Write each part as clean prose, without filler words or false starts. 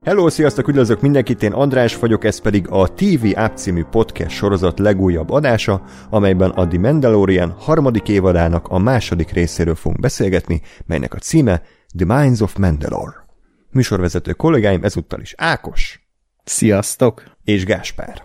Hello, sziasztok, üdvözlök mindenkit, én András vagyok, ez pedig a TV App című podcast sorozat legújabb adása, amelyben a The Mandalorian harmadik évadának a második részéről fogunk beszélgetni, melynek a címe The Mines of Mandalore. Műsorvezető kollégáim ezúttal is Ákos. Sziasztok! És Gáspár.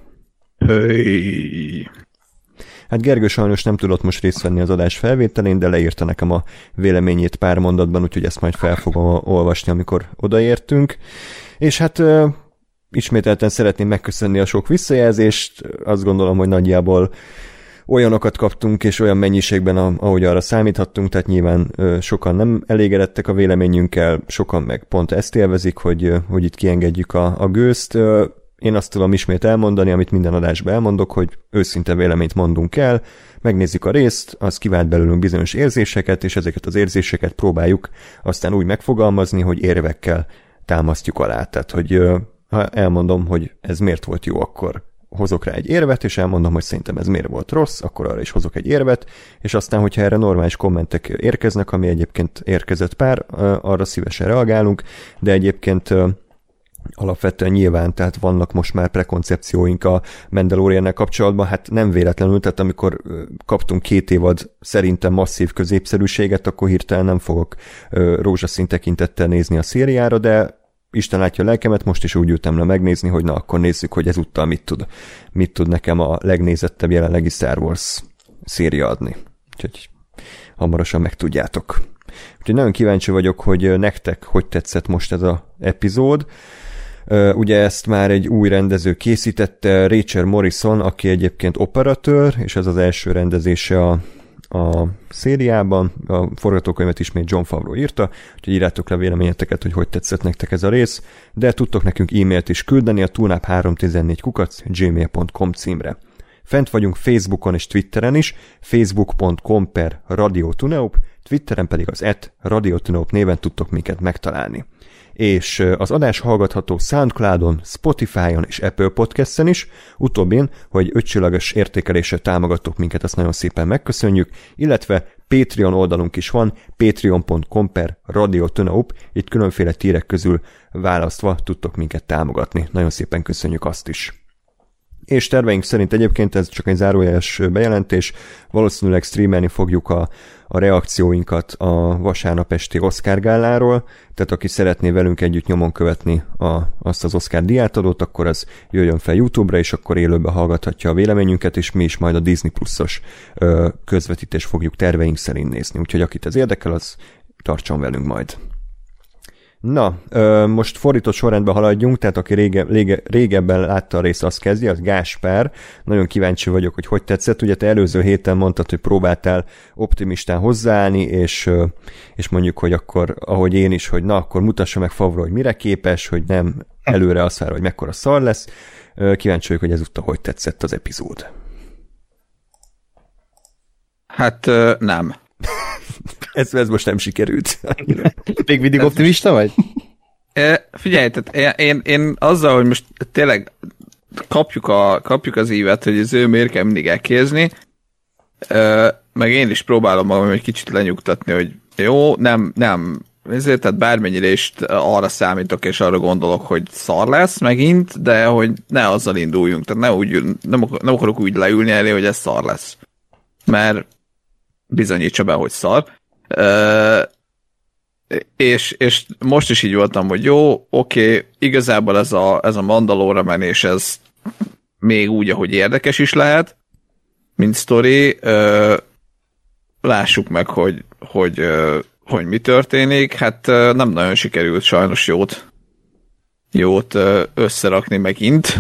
Hey. Hát Gergő sajnos nem tudott most részt venni az adás felvételén, de leírta nekem a véleményét pár mondatban, úgyhogy ezt majd fel fogom olvasni, amikor odaértünk. És hát ismételten szeretném megköszönni a sok visszajelzést, azt gondolom, hogy nagyjából olyanokat kaptunk, és olyan mennyiségben, ahogy arra számíthattunk, tehát nyilván sokan nem elégedettek a véleményünkkel, sokan meg pont ezt élvezik, hogy itt kiengedjük a gőzt. Én azt tudom ismét elmondani, amit minden adásban elmondok, hogy őszinte véleményt mondunk el, megnézzük a részt, az kivált belőlünk bizonyos érzéseket, és ezeket az érzéseket próbáljuk aztán úgy megfogalmazni, hogy érvekkel támasztjuk alá. Tehát, hogy ha elmondom, hogy ez miért volt jó, akkor hozok rá egy érvet, és elmondom, hogy szerintem ez miért volt rossz, akkor arra is hozok egy érvet, és aztán, hogyha erre normális kommentek érkeznek, ami egyébként érkezett pár, arra szívesen reagálunk, de egyébként alapvetően nyilván, tehát vannak most már prekoncepcióink a Mandaloriannel kapcsolatban, hát nem véletlenül, tehát amikor kaptunk 2 évad szerintem masszív középszerűséget, akkor hirtelen nem fogok rózsaszín tekintettel nézni a szériára, de Isten látja a lelkemet, most is úgy ültem le megnézni, hogy na, akkor nézzük, hogy ezúttal mit tud nekem a legnézettebb jelenlegi Star Wars széria adni. Úgyhogy hamarosan megtudjátok. Úgyhogy nagyon kíváncsi vagyok, hogy nektek hogy tetszett most ez az epizód. Ugye ezt már egy új rendező készítette, Rachel Morrison, aki egyébként operatőr, és ez az első rendezése a szériában. A forgatókönyvet ismét Jon Favreau írta, úgyhogy írjátok le véleményeteket, hogy tetszett nektek ez a rész, de tudtok nekünk e-mailt is küldeni a tunap314@gmail.com címre. Fent vagyunk Facebookon és Twitteren is, facebook.com/radiotuneup, Twitteren pedig az @radiotuneup néven tudtok minket megtalálni. És az adás hallgatható Soundcloudon, Spotify-on és Apple Podcast-en is, utóbbin, hogy 5 csillagos értékeléssel támogattok minket, azt nagyon szépen megköszönjük, illetve Patreon oldalunk is van, patreon.com/radiotuneup, itt különféle tírek közül választva tudtok minket támogatni. Nagyon szépen köszönjük azt is. És terveink szerint egyébként, ez csak egy zárójeles bejelentés, valószínűleg streamelni fogjuk a reakcióinkat a vasárnap esti Oscar gáláról, tehát aki szeretné velünk együtt nyomon követni azt az Oscar díjátadót, akkor az jöjjön fel YouTube-ra, és akkor élőben hallgathatja a véleményünket, és mi is majd a Disney Plus-os közvetítést fogjuk terveink szerint nézni. Úgyhogy akit ez érdekel, az tartson velünk majd. Na, most fordított sorrendben haladjunk, tehát aki régebben látta a részt, azt kezdje, az Gáspár. Nagyon kíváncsi vagyok, hogy tetszett. Ugye te előző héten mondtad, hogy próbáltál optimistán hozzáállni, és mondjuk, hogy akkor, ahogy én is, hogy na, akkor mutassa meg Favreau, hogy mire képes, hogy nem előre azt vár, hogy mekkora szar lesz. Kíváncsi vagyok, hogy ezúttal hogy tetszett az epizód. Hát nem. Ez most nem sikerült. Még mindig optimista vagy? Figyelj, tehát én azzal, hogy most tényleg kapjuk az ívet, hogy az ő miért kell mindig elkézni, meg én is próbálom magam egy kicsit lenyugtatni, hogy jó, nem, ezért, tehát bármennyire is arra számítok, és arra gondolok, hogy szar lesz megint, de hogy ne azzal induljunk, tehát nem akarok úgy leülni elé, hogy ez szar lesz. Mert bizonyítsa be, hogy szar. És most is így voltam, hogy jó, oké, igazából ez a Mandalore menés, ez még úgy, ahogy érdekes is lehet, mint sztori. Lássuk meg, hogy mi történik. Hát nem nagyon sikerült sajnos jót összerakni megint.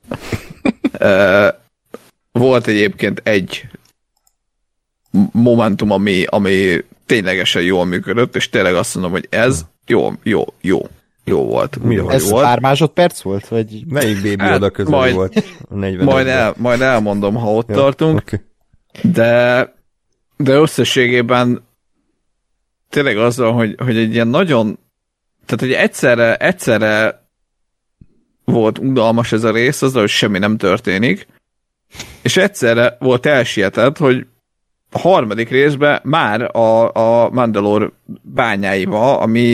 Volt egyébként egy momentum, ami ténylegesen jól működött, és tényleg azt mondom, hogy ez jó volt. Ez pár másodperc volt? Vagy... Melyik bébi oda közül volt? Majd elmondom, ha ott tartunk. Okay. De összességében tényleg azzal, hogy egy ilyen nagyon, tehát hogy egyszerre volt unalmas ez a rész, azzal, hogy semmi nem történik, és egyszerre volt elsietett, hogy a harmadik részben már a Mandalore bányáival, ami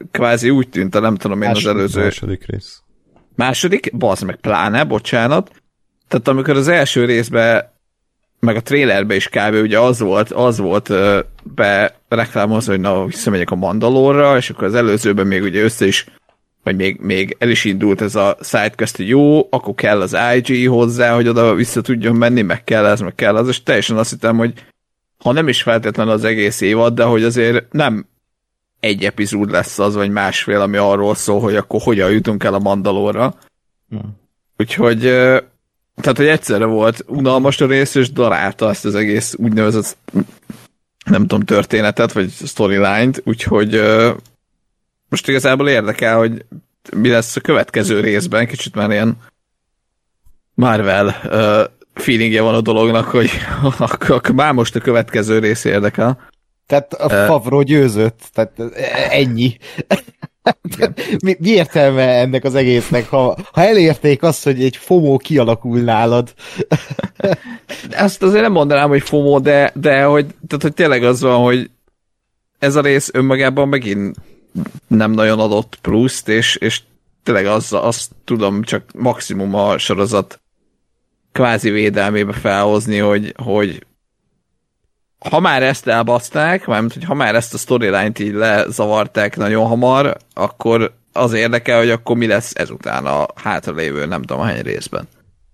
kvázi úgy tűnt, nem tudom én az előző... Második rész. Második? Bazd meg, pláne, bocsánat. Tehát amikor az első részben, meg a trailerben is kb. Ugye az volt be reklámozva, hogy na, visszamegyek a Mandalorra, és akkor az előzőben még ugye össze is, vagy még el is indult ez a sidequest, hogy jó, akkor kell az IG hozzá, hogy oda vissza tudjon menni, meg kell ez, és teljesen azt hittem, hogy ha nem is feltétlenül az egész évad, de hogy azért nem egy epizód lesz az, vagy másfél, ami arról szól, hogy akkor hogyan jutunk el a Mandalorra. Úgyhogy tehát, hogy egyszerre volt unalmas a rész, és darálta ezt az egész úgynevezett nem tudom, történetet, vagy storyline-t, úgyhogy most igazából érdekel, hogy mi lesz a következő részben, kicsit már ilyen Marvel feelingje van a dolognak, hogy már most a következő rész érdekel. Tehát a Favreau győzött, tehát ennyi. Mi értelme ennek az egésznek, ha elérték azt, hogy egy FOMO kialakul nálad? Ezt azért nem mondanám, hogy FOMO, de hogy tényleg az van, hogy ez a rész önmagában megint nem nagyon adott pluszt, és tényleg azt tudom csak maximum a sorozat kvázi védelmébe felhozni, hogy ha már ezt elbaszták, mármint, hogy ha már ezt a storyline-t így lezavarták nagyon hamar, akkor az érdekel, hogy akkor mi lesz ezután a hátralévő nem tudom hány részben.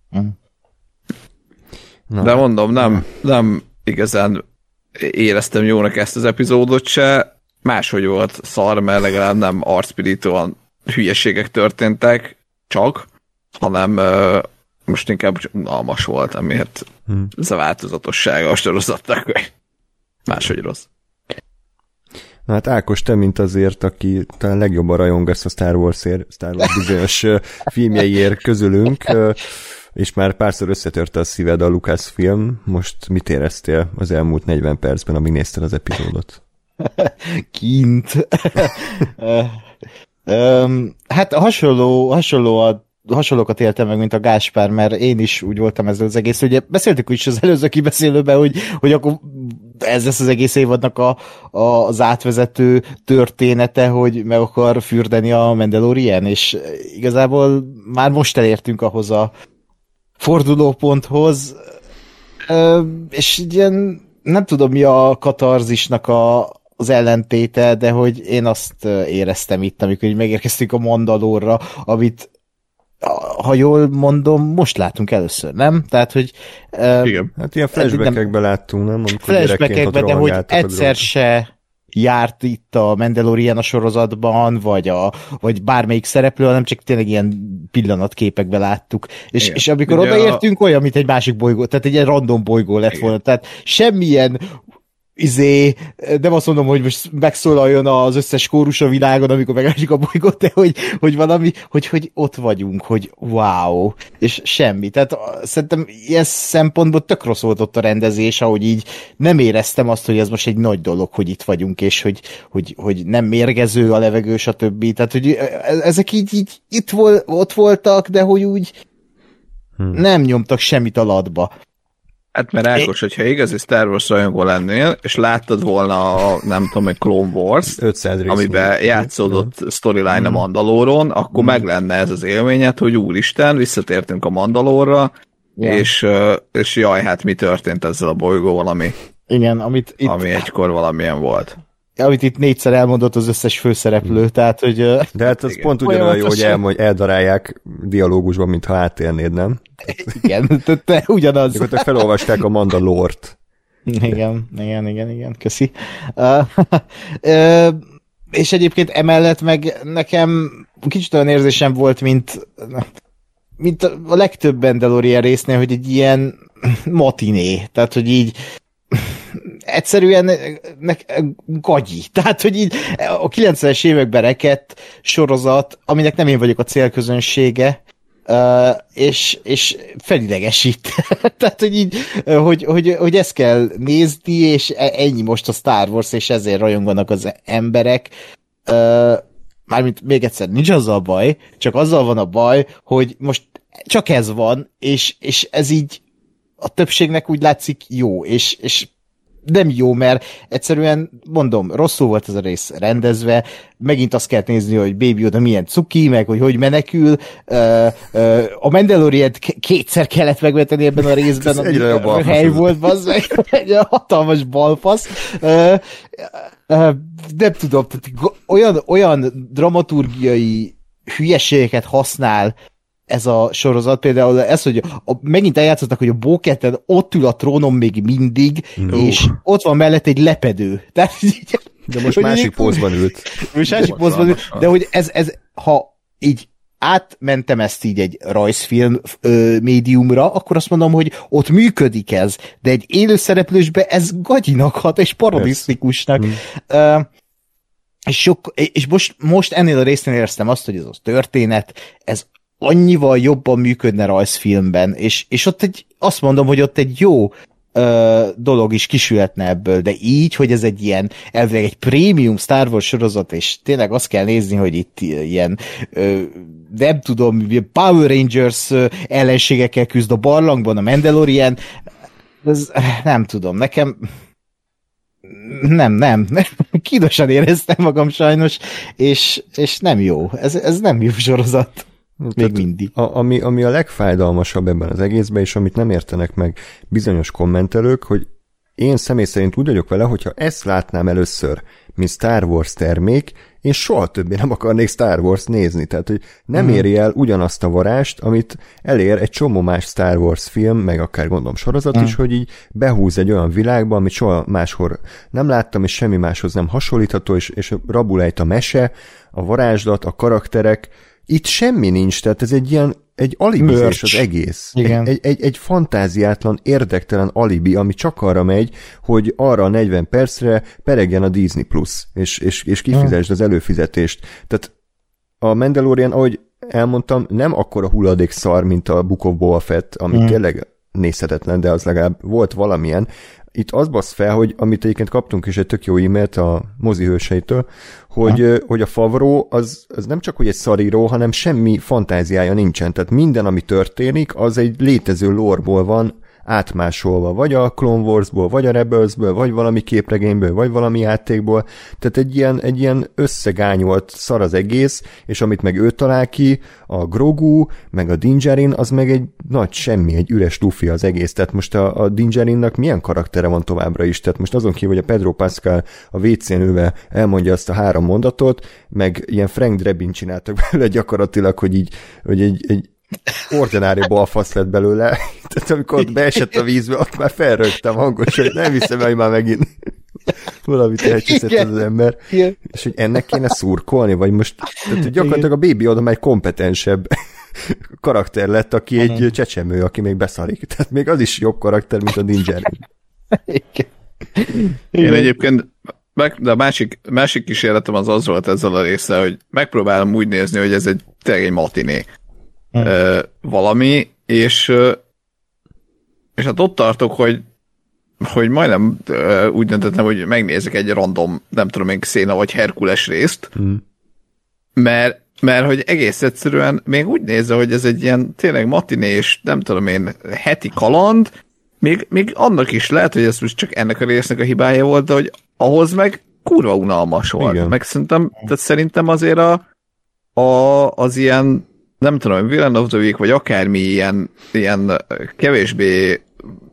De mondom, nem igazán éreztem jónak ezt az epizódot se, máshogy volt szar, mert legalább nem arcpirítóan hülyeségek történtek csak, hanem most inkább unalmas volt, amiért ez a változatossága a sorozatnak, hogy máshogy rossz. Na hát Ákos, te mint azért, aki talán legjobban rajongasz a Star Wars bizonyos filmjeiért közülünk, és már párszor összetörte a szíved a Lucasfilm, most mit éreztél az elmúlt 40 percben, amíg nézted az epizódot? Kint. Hát hasonlókat éltem meg, mint a Gáspár, mert én is úgy voltam ezzel az egész. Ugye beszéltük is az előző kibeszélőben, hogy akkor ez lesz az egész évadnak az átvezető története, hogy meg akar fürdeni a Mandalorian, és igazából már most elértünk ahhoz a fordulóponthoz, és ilyen nem tudom mi a katarzisnak az ellentéte, de hogy én azt éreztem itt, amikor így megérkeztünk a Mandalorra, amit ha jól mondom, most látunk először, nem? Tehát, hogy... Igen. Hát ilyen flashbackekben láttunk, nem? Flashbackekben, de hogy egyszer se járt itt a Mandalorian a sorozatban, vagy bármelyik szereplő, hanem csak tényleg ilyen pillanatképekben láttuk. És amikor odaértünk, olyan, mint egy másik bolygó, tehát egy ilyen random bolygó lett volna. Tehát semmilyen nem azt mondom, hogy most megszólaljon az összes kórus a világon, amikor megálljuk a bolygót, de hogy valami, hogy ott vagyunk, hogy wow, és semmi. Tehát szerintem ilyen szempontból tök rossz volt ott a rendezés, ahogy így nem éreztem azt, hogy ez most egy nagy dolog, hogy itt vagyunk, és hogy nem mérgező a levegő, stb. Tehát, hogy ezek így ott voltak, de hogy úgy nem nyomtak semmit a latba. Hát mert Ákos, hogyha igazi Star Wars rajongó lennél, és láttad volna a, nem tudom, egy Clone Wars, amiben játszódott storyline a Mandaloron, akkor meg lenne ez az élményed, hogy úristen, visszatértünk a Mandalorra, és jaj, hát mi történt ezzel a bolygóval, Igen, ami egykor valamilyen volt. Amit itt 4-szer elmondott az összes főszereplő, tehát, hogy... De hát az pont ugyanolyan jó, hogy eldarálják dialógusban, mintha átélnéd, nem? Igen, te ugyanaz. Akkor felolvasták a Mandalort. Igen, köszi. És egyébként emellett meg nekem kicsit olyan érzésem volt, mint a legtöbb Mandalorian résznél, hogy egy ilyen matiné, tehát, hogy így egyszerűen gagyi. Tehát, hogy így a 90-es években rekedt sorozat, aminek nem én vagyok a célközönsége, és felidegesít. Tehát, hogy így, hogy ezt kell nézni, és ennyi most a Star Wars, és ezért rajonganak az emberek. Mármint még egyszer, nincs azzal a baj, csak azzal van a baj, hogy most csak ez van, és ez így a többségnek úgy látszik jó, és nem jó, mert egyszerűen, mondom, rosszul volt ez a rész rendezve, megint azt kell nézni, hogy Baby Yoda milyen cuki, meg hogy menekül. A Mandalorian kétszer kellett megveteni ebben a részben, a hely volt, az meg egy hatalmas balfasz. Nem tudom, olyan dramaturgiai hülyeségeket használ ez a sorozat, például ez, hogy megint eljátszottak, hogy a Bo-Katan ott ül a trónon még mindig, és ott van mellett egy lepedő. Tehát, de most másik pózban ült. Másik pózban ült, de hogy ez, ha így átmentem ezt így egy rajzfilm médiumra, akkor azt mondom, hogy ott működik ez, de egy élőszereplősbe ez gagyinak hat, és parodisztikusnak. És most ennél a résznél éreztem azt, hogy ez a történet, ez annyival jobban működne rajzfilmben, és ott azt mondom, hogy ott egy jó dolog is kisülhetne ebből, de így, hogy ez egy ilyen, elvileg egy prémium Star Wars sorozat, és tényleg azt kell nézni, hogy itt ilyen nem tudom, Power Rangers ellenségekkel küzd a barlangban a Mandalorian, ez, nem tudom, nekem nem. Kínosan éreztem magam sajnos, és nem jó. Ez nem jó sorozat. Még mindig. Ami a legfájdalmasabb ebben az egészben, és amit nem értenek meg bizonyos kommentelők, hogy én személy szerint úgy vagyok vele, hogyha ezt látnám először, mint Star Wars termék, én soha többé nem akarnék Star Wars nézni. Tehát, hogy nem éri el ugyanazt a varást, amit elér egy csomó más Star Wars film, meg akár gondolom sorozat is, hogy így behúz egy olyan világba, amit soha máshol nem láttam, és semmi máshoz nem hasonlítható, és rabulejt a mese, a varázslat, a karakterek. Itt semmi nincs, tehát ez egy alibizés az egész. Egy fantáziátlan, érdektelen alibi, ami csak arra megy, hogy arra a 40 percre peregjen a Disney Plus, és kifizesd az előfizetést. Tehát a Mandalorian, ahogy elmondtam, nem akkora hulladék szar, mint a Book of Boba Fett, ami tényleg nézhetetlen, de az legalább volt valamilyen. Itt az bassz fel, hogy amit egyébként kaptunk is egy tök jó e-mailt a mozihőseitől, hogy a Favreau az nem csak hogy egy szaríró, hanem semmi fantáziája nincsen. Tehát minden, ami történik, az egy létező lore-ból van átmásolva, vagy a Clone Warsból, vagy a Rebelsből, vagy valami képregényből, vagy valami játékból. Tehát egy ilyen összegányolt szar az egész, és amit meg ő talál ki, a Grogu, meg a Din Djarin, az meg egy nagy semmi, egy üres lufi az egész. Tehát most a Din Djarinnak milyen karaktere van továbbra is? Tehát most azon kívül, hogy a Pedro Pascal a WC-n ülve elmondja azt a 3 mondatot, meg ilyen Frank Drebin csináltak belőle gyakorlatilag, hogy egy ordinári balfasz lett belőle, tehát amikor ott beesett a vízbe, ott már felrögtem hangosan, hogy nem hiszem, hogy már megint valamit elcseszett az ember, és hogy ennek kéne szurkolni, vagy most tehát, gyakorlatilag a Baby Yoda már egy kompetensebb karakter lett, aki egy csecsemő, aki még beszarik, tehát még az is jobb karakter, mint a Din Djarin. Én egyébként de a másik kísérletem az volt ezzel a résszel, hogy megpróbálom úgy nézni, hogy ez tényleg egy matiné valami, és hát ott tartok, hogy majdnem úgy döntöttem, hogy megnézek egy random, nem tudom én, Xena vagy Herkules részt, mert hogy egész egyszerűen még úgy nézze, hogy ez egy ilyen tényleg matiné, és nem tudom én, heti kaland, még annak is lehet, hogy ez most csak ennek a résznek a hibája volt, de hogy ahhoz meg kurva unalmas volt. Igen. Meg szerintem azért az ilyen nem tudom, Villain of the Week, vagy akármi ilyen kevésbé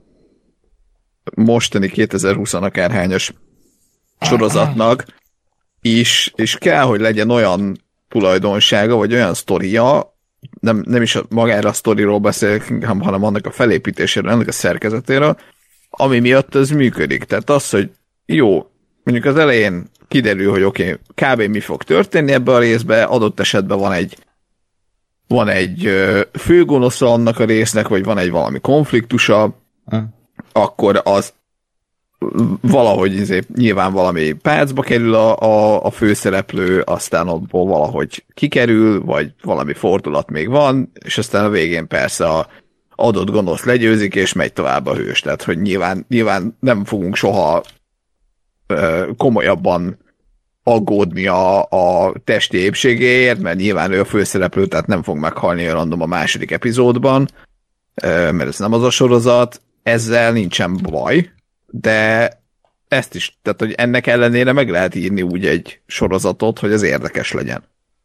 mostani 2020 akárhányas sorozatnak is, és kell, hogy legyen olyan tulajdonsága, vagy olyan sztoria, nem is magára a sztoriról beszélek, hanem annak a felépítéséről, annak a szerkezetéről, ami miatt ez működik. Tehát az, hogy jó, mondjuk az elején kiderül, hogy oké, kb. Mi fog történni ebbe a részbe, adott esetben van egy főgonosza annak a résznek, vagy van egy valami konfliktusa, akkor az valahogy nyilván valami pályázba kerül a főszereplő, aztán abból valahogy kikerül, vagy valami fordulat még van, és aztán a végén persze a adott gonosz legyőzik, és megy tovább a hős. Tehát, hogy nyilván nem fogunk soha komolyabban aggódni a testi épségéért, mert nyilván ő a főszereplő, tehát nem fog meghalni random a második epizódban, mert ez nem az a sorozat, ezzel nincsen baj, de ezt is, tehát hogy ennek ellenére meg lehet írni úgy egy sorozatot, hogy az érdekes legyen.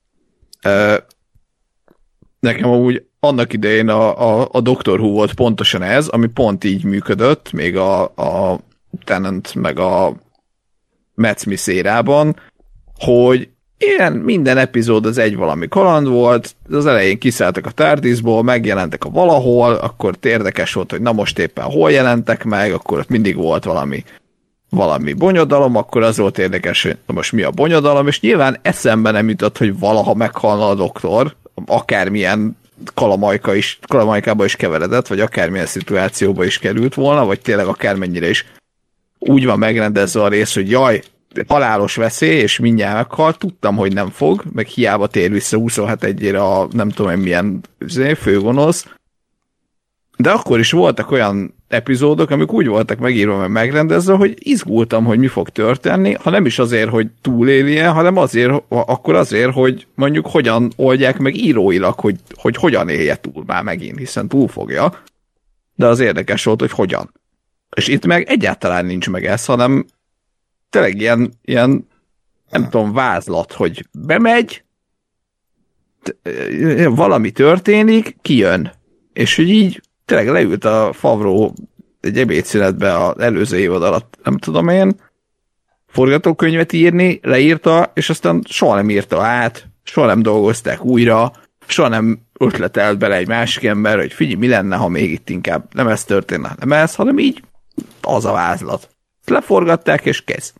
Nekem amúgy annak idején a Doctor Who volt pontosan ez, ami pont így működött, még a Tennant meg a Matt Smith érában, hogy ilyen minden epizód az egy valami kaland volt, az elején kiszálltak a TARDIS-ból, megjelentek a valahol, akkor érdekes volt, hogy na most éppen hol jelentek meg, akkor ott mindig volt valami bonyodalom, akkor az volt érdekes, hogy most mi a bonyodalom, és nyilván eszembe nem jutott, hogy valaha meghalna a doktor, akármilyen kalamajkába is keveredett, vagy akármilyen szituációba is került volna, vagy tényleg akármennyire is úgy van megrendezve a rész, hogy jaj, halálos veszély, és mindjárt meghal, tudtam, hogy nem fog, meg hiába tér vissza 27-ére a nem tudom milyen főgonosz, de akkor is voltak olyan epizódok, amik úgy voltak megírva, meg megrendezve, hogy izgultam, hogy mi fog történni, ha nem is azért, hogy túlélje, hanem azért, hogy mondjuk hogyan oldják meg íróilag, hogy hogyan élje túl már megint, hiszen túl fogja, de az érdekes volt, hogy hogyan. És itt meg egyáltalán nincs meg ez, hanem tényleg ilyen nem tudom, vázlat, hogy bemegy, valami történik, kijön. És hogy így tényleg leült a Favreau egy ebédszünetbe az előző évad alatt, nem tudom én, forgatókönyvet írni, leírta, és aztán soha nem írta át, soha nem dolgozták újra, soha nem ötletelt bele egy másik ember, hogy figyelj, mi lenne, ha még itt inkább nem ez történne, nem ez, hanem így az a vázlat. Leforgatták, és kész.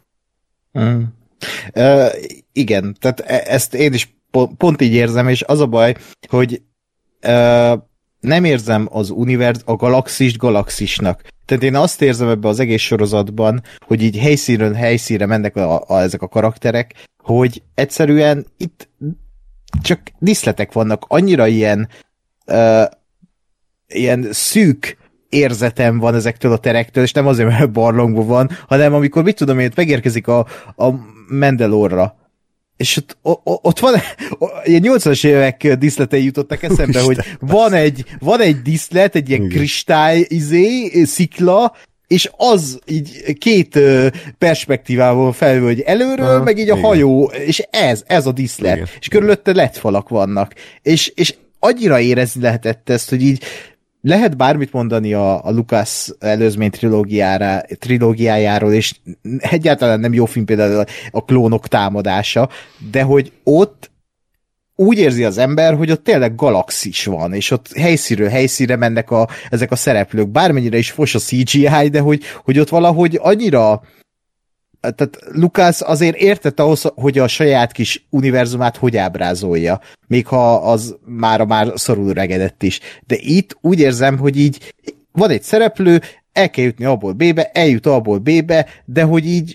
Igen, tehát ezt én is pont így érzem, és az a baj, hogy nem érzem a galaxisnak. Tehát én azt érzem ebbe az egész sorozatban, hogy így helyszínről helyszínre mennek ezek a karakterek, hogy egyszerűen itt csak diszletek vannak, annyira ilyen szűk érzetem van ezektől a terektől, és nem azért, mert barlangban van, hanem amikor, mit tudom én, megérkezik a Mandalore-ra, és ott van, ilyen 80-as évek diszletei jutottak eszembe, hogy van egy diszlet, egy ilyen kristály szikla, és az így két perspektívával felül, hogy előről, meg így a hajó, és ez a diszlet. Igen. És körülötte LED-falak vannak. És annyira érezni lehetett ezt, hogy így lehet bármit mondani a Lucas előzmény trilógiájáról, és egyáltalán nem jó film például a klónok támadása, de hogy ott úgy érzi az ember, hogy ott tényleg galaxis van, és ott helyszínről helyszínre mennek ezek a szereplők, bármennyire is fos a CGI, de hogy ott valahogy annyira, tehát Lucas azért értett ahhoz, hogy a saját kis univerzumát hogy ábrázolja, még ha az már szorul regedett is. De itt úgy érzem, hogy így van egy szereplő, el kell jutni abból B-be, eljut abból B-be, de hogy így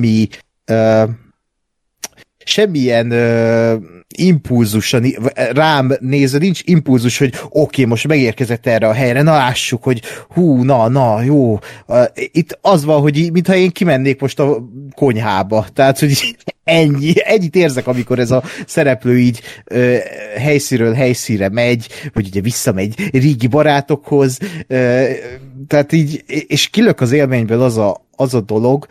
semmilyen impulzus rám nézve, nincs impulzus, hogy oké, most megérkezett erre a helyre, na lássuk, hogy jó. Itt az van, hogy mintha én kimennék most a konyhába. Tehát, hogy ennyit érzek, amikor ez a szereplő így helyszínről helyszínre megy, vagy ugye visszamegy régi barátokhoz, tehát így, és kilök az élményből az a dolog,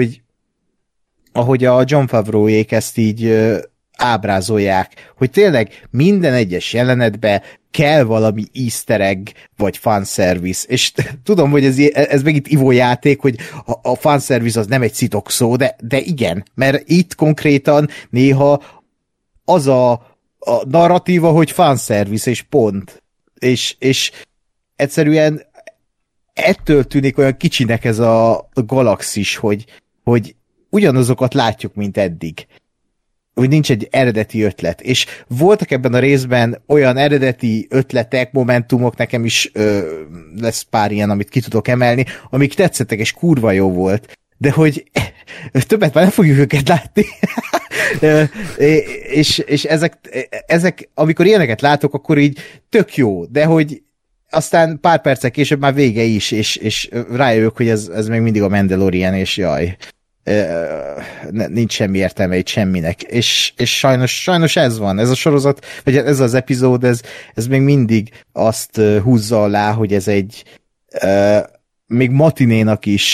ahogy a Jon Favreauék ezt így ábrázolják, hogy tényleg minden egyes jelenetben kell valami easter egg, vagy fanservice, és tudom, hogy ez megint ivójáték, hogy a fanservice az nem egy szitokszó, de igen, mert itt konkrétan néha az a narratíva, hogy fanservice, és pont. És egyszerűen ettől tűnik olyan kicsinek ez a galaxis, hogy ugyanazokat látjuk, mint eddig. Hogy nincs egy eredeti ötlet. És voltak ebben a részben olyan eredeti ötletek, momentumok, nekem is lesz pár ilyen, amit ki tudok emelni, amik tetszettek, és kurva jó volt. De hogy többet már nem fogjuk őket látni. és ezek, amikor ilyeneket látok, akkor így tök jó, de hogy aztán pár percek később már vége is, és rájövök, hogy ez még mindig a Mandalorian, és jaj. Nincs semmi értelme itt semminek, és sajnos ez van, ez a sorozat, vagy ez az epizód, ez még mindig azt húzza alá, hogy ez egy még matinénak is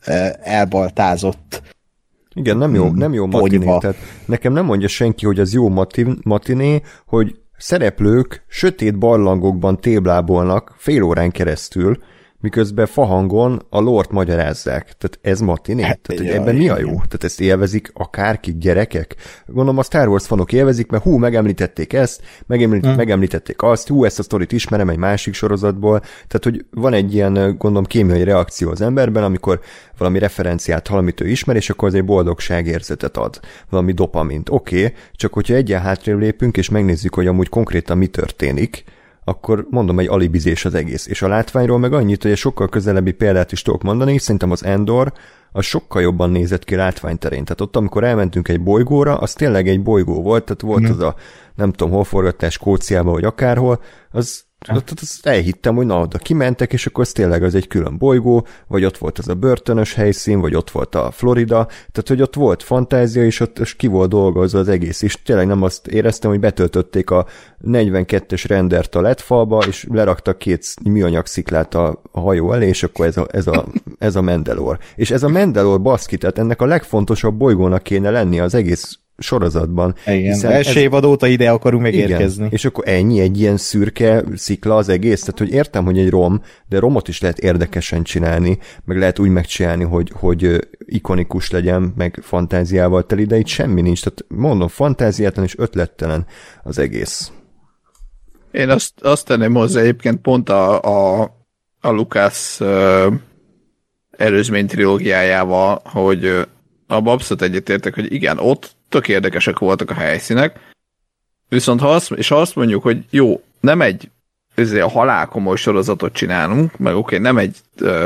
elbaltázott. Igen, nem jó matiné. Tehát nekem nem mondja senki, hogy az jó matiné, hogy szereplők sötét barlangokban téblábolnak fél órán keresztül, miközben fahangon a lort magyarázzák. Tehát ez matiné? Tehát hogy ebben mi a jó? Tehát ezt élvezik akárkik, gyerekek? Gondolom a Star Wars fanok élvezik, mert megemlítették ezt, megemlítették azt, ezt a sztorit ismerem egy másik sorozatból. Tehát, hogy van egy ilyen, gondolom, kémiai reakció az emberben, amikor valami referenciát hall, amit ő ismer, és akkor az egy boldogságérzetet ad. Valami dopamint. Oké, csak hogyha egyen hátrébb lépünk, és megnézzük, hogy amúgy konkrétan mi történik, akkor mondom, egy alibizés az egész. És a látványról meg annyit, hogy egy sokkal közelebbi példát is tudok mondani, szerintem az Endor az sokkal jobban nézett ki látványterén. Tehát ott, amikor elmentünk egy bolygóra, az tényleg egy bolygó volt, tehát volt az a, nem tudom, hol forgatás, Skóciába, vagy akárhol, az elhittem, hogy na, oda kimentek, és akkor az tényleg az egy külön bolygó, vagy ott volt az a börtönös helyszín, vagy ott volt a Florida, tehát hogy ott volt fantázia, és ott ki volt dolgozva az egész, és tényleg nem azt éreztem, hogy betöltötték a 42-es rendert a LED-falba, és leraktak 2 műanyag sziklát a hajó elé, és akkor ez a Mandalore. És ez a Mandalore, baszki, tehát ennek a legfontosabb bolygónak kéne lennie az egész sorozatban. Igen, első évad óta ide akarunk megérkezni. Igen, és akkor ennyi, egy ilyen szürke szikla az egész, tehát hogy értem, hogy egy rom, de romot is lehet érdekesen csinálni, meg lehet úgy megcsinálni, hogy ikonikus legyen, meg fantáziával teli, de itt semmi nincs, tehát mondom, fantáziátlan és ötlettelen az egész. Én azt tenném hozzá egyébként pont a Lucas előzmény trilógiájával, hogy abban abszolút egyetértek, hogy igen, ott tök érdekesek voltak a helyszínek, viszont ha azt mondjuk, hogy jó, nem egy a halálkomoly sorozatot csinálunk, meg oké, nem egy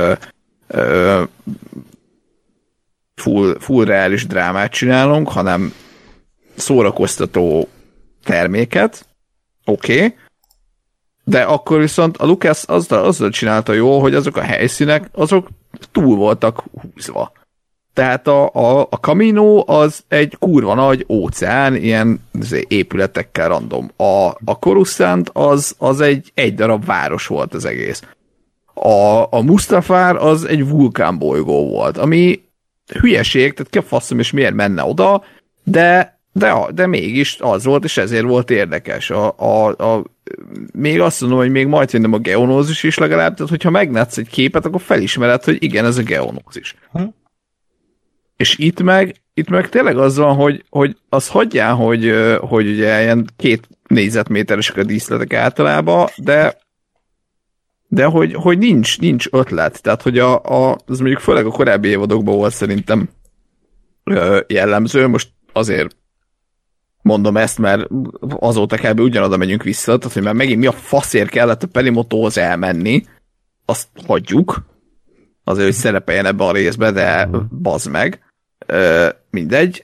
full reális drámát csinálunk, hanem szórakoztató terméket, oké, de akkor viszont a Lucas azzal csinálta jól, hogy azok a helyszínek, azok túl voltak húzva. Tehát a Camino az egy kurva nagy óceán, ilyen épületekkel random. A Coruscant az egy darab város volt az egész. A Mustafar az egy vulkánbolygó volt, ami hülyeség, tehát ki a faszom, és miért menne oda, de mégis az volt, és ezért volt érdekes. Még azt mondom, hogy még majd szerintem a geonózis is legalább, tehát hogyha megnátsz egy képet, akkor felismered, hogy igen, ez a geonózis. És itt meg tényleg az van, hogy az hagyjál, hogy ugye ilyen 2 négyzetméteresek a díszletek általában, de hogy nincs ötlet. Tehát, hogy az mondjuk főleg a korábbi évadokban volt szerintem jellemző, most azért mondom ezt, mert azóta kb. Ugyanoda megyünk vissza, tehát, hogy már megint mi a faszért kellett a Pelimotóhoz elmenni, azt hagyjuk, azért, hogy szerepeljen ebbe a részbe, de bazd meg. Mindegy.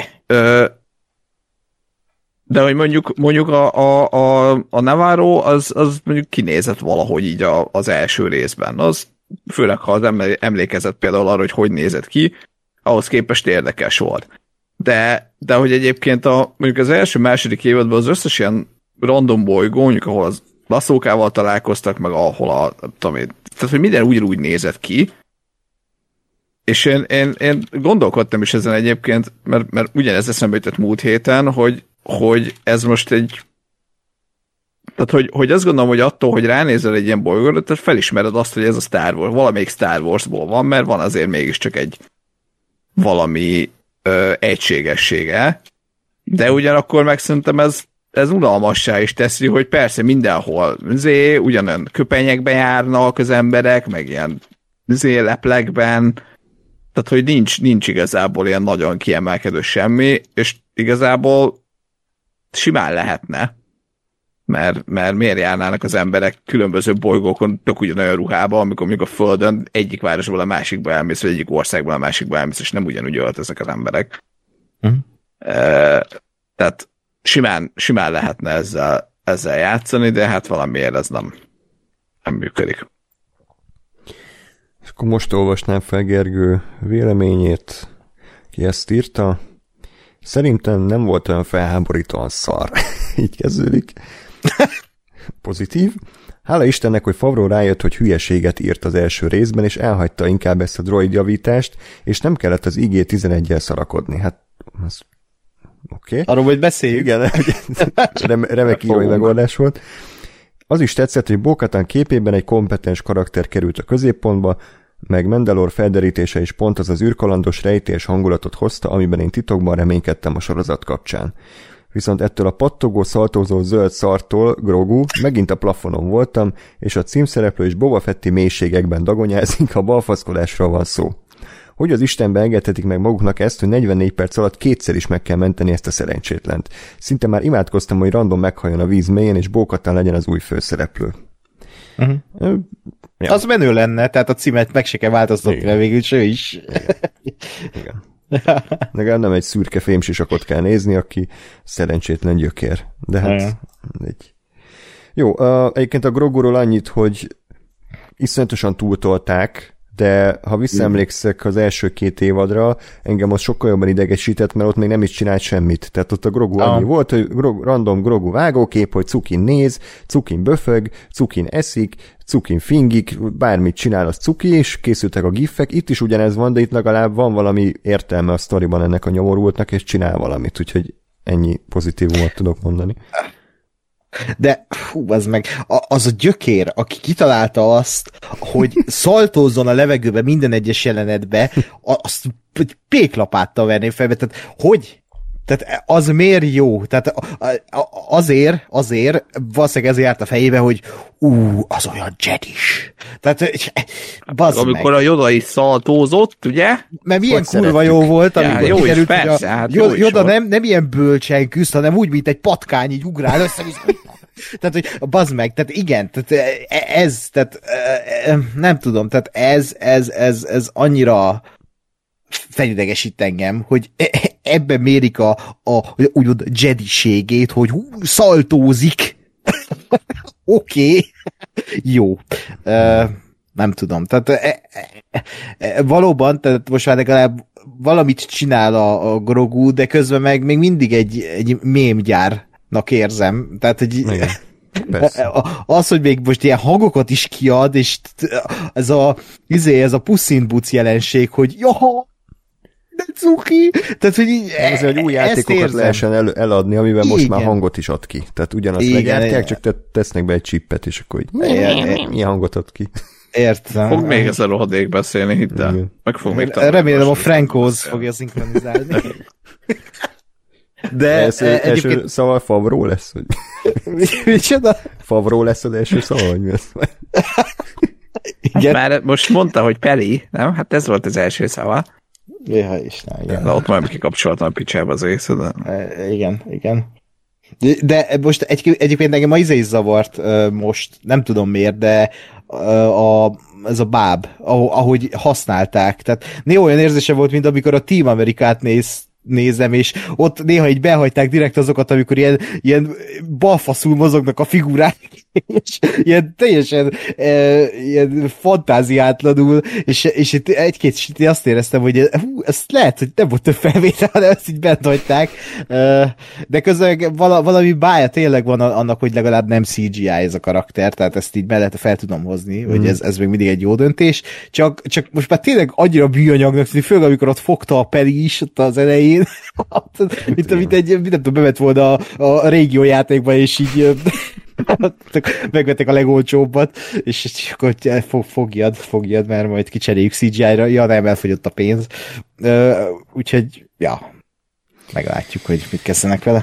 De hogy mondjuk a Navarro az mondjuk kinézett valahogy így az első részben. Az főleg, ha az emlékezett például arra, hogy nézett ki, ahhoz képest érdekes volt. De hogy egyébként mondjuk az első-második évadban az összes ilyen random bolygó, mondjuk ahol az lasszókával találkoztak, meg ahol tehát, hogy minden úgy nézett ki, és én gondolkodtam is ezen egyébként, mert ugyanez eszembe jutott múlt héten, hogy ez most tehát, hogy azt gondolom, hogy attól, hogy ránézel egy ilyen bolygóra, tehát felismered azt, hogy ez a Star Wars, valamelyik Star Warsból van, mert van azért mégiscsak egy valami egységessége, de ugyanakkor meg szerintem ez unalmassá is teszi, hogy persze mindenhol ugyanolyan köpenyekben járnak az emberek, meg ilyen leplekben, tehát, hogy nincs igazából ilyen nagyon kiemelkedő semmi, és igazából simán lehetne, mert miért járnának az emberek különböző bolygókon tök ugyanolyan ruhába, amikor még a Földön egyik városból a másikba elmész, vagy egyik országból a másikba elmész, és nem ugyanúgy öltöznek az emberek. Tehát simán lehetne ezzel játszani, de hát valamiért ez nem működik. Akkor most olvasnám fel Gergő véleményét, ki ezt írta. Szerintem nem volt olyan felháborítóan szar. Így kezdődik. pozitív. Hála Istennek, hogy Favreau rájött, hogy hülyeséget írt az első részben, és elhagyta inkább ezt a droid javítást, és nem kellett az IG-11-jel szarakodni. Hát, az... Oké. Arról, hogy beszéljük. Igen, remek írói megoldás volt. Az is tetszett, hogy Bo-Katan képében egy kompetens karakter került a középpontba, meg Mandalore felderítése is pont az az űrkalandos rejtélyes hangulatot hozta, amiben én titokban reménykedtem a sorozat kapcsán. Viszont ettől a pattogó, szaltózó zöld szartól, Grogu, megint a plafonon voltam, és a címszereplő és Boba Fetti mélységekben dagonyázik, ha balfaszkodásról van szó. Hogy az Istenbe engedhetik meg maguknak ezt, hogy 44 perc alatt kétszer is meg kell menteni ezt a szerencsétlent. Szinte már imádkoztam, hogy random meghajjon a víz mélyén, és Bo-Katan legyen az új főszereplő. Ja. Az menő lenne, tehát a címet meg se kell változtatni, mert végül ő is. Igen. Legalább nem egy szürke fémsisakot kell nézni, aki szerencsétlen gyökér. De hát... Jó, egyébként a Groguról annyit, hogy iszonyatosan túltolták, de ha visszaemlékszek az első 2 évadra, engem az sokkal jobban idegesített, mert ott még nem is csinált semmit. Tehát ott a Grogu annyi volt, hogy random Grogu vágókép, hogy Cukin néz, Cukin böfög, Cukin eszik, Cukin fingik, bármit csinál az Cuki, és készültek a gifek. Itt is ugyanez van, de itt legalább van valami értelme a sztoriban ennek a nyomorultnak, és csinál valamit, úgyhogy ennyi pozitívumot tudok mondani. De az meg, az a gyökér, aki kitalálta azt, hogy szaltózzon a levegőbe minden egyes jelenetbe, azt péklapáttal verném fel, tehát hogy? Tehát az miért jó? Tehát azért, valószínűleg ezért járt a fejébe, hogy az olyan jedis. Tehát, bazd meg. Amikor a Yoda is szaltózott, ugye? Mert milyen kurva jó volt, amikor jó kiderült, is, persze, hát Yoda nem ilyen bölcsen küzd, hanem úgy, mint egy patkány, így ugrál össze, tehát, hogy bazd meg, tehát igen, tehát tehát nem tudom, tehát ez annyira felidegesít engem, hogy ebben mérik úgymond jediségét, hogy szaltózik. Oké. Jó. Nem tudom. Tehát valóban, tehát most már legalább valamit csinál a Grogu, de közben meg még mindig egy mémgyárnak érzem. Tehát, hogy az, hogy még most ilyen hangokat is kiad, és ez a Puss in Boots jelenség, hogy de cuki! Tehát, hogy ez egy új játékokat lehessen eladni, amiben most már hangot is ad ki. Tehát ugyanazt legyártják, csak tesznek be egy csippet, és akkor milyen hangot ad ki. Értem. Fog még ez a rohadék beszélni, hidd el. Meg fog még remélem a Francoz fogja szinkronizálni. De első szava Favreau lesz, hogy... Micsoda? Favreau lesz az első szava, hogy mi lesz? Igen. Már most mondta, hogy Peli, nem? Hát ez volt az első szava. Jéha Isten, igen. De ott majd kikapcsoltam a picsába az egész, de... Igen. De most egyébként engem is zavart most, nem tudom miért, de ez a báb, ahogy használták. Tehát néha olyan érzése volt, mint amikor a Team Amerikát nézem, és ott néha így behagyták direkt azokat, amikor ilyen balfaszul mozognak a figurák, és ilyen teljesen ilyen fantáziátlanul, és itt egy-két süti azt éreztem, hogy ezt lehet, hogy nem volt több felvétel, hanem ezt így bent hagyták, de közben valami bája tényleg van annak, hogy legalább nem CGI ez a karakter, tehát ezt így mellette fel tudom hozni, hogy ez még mindig egy jó döntés, csak most már tényleg annyira bűanyagnak, főleg amikor ott fogta a Peli is ott az elején, mint egy, nem tudom, bevet volna a régió játékba, és így megvettek a legolcsóbbat, és akkor fogjad, mert majd kicseréljük CGI-ra, nem elfogyott a pénz. Úgyhogy, meglátjuk, hogy mit kezdenek vele.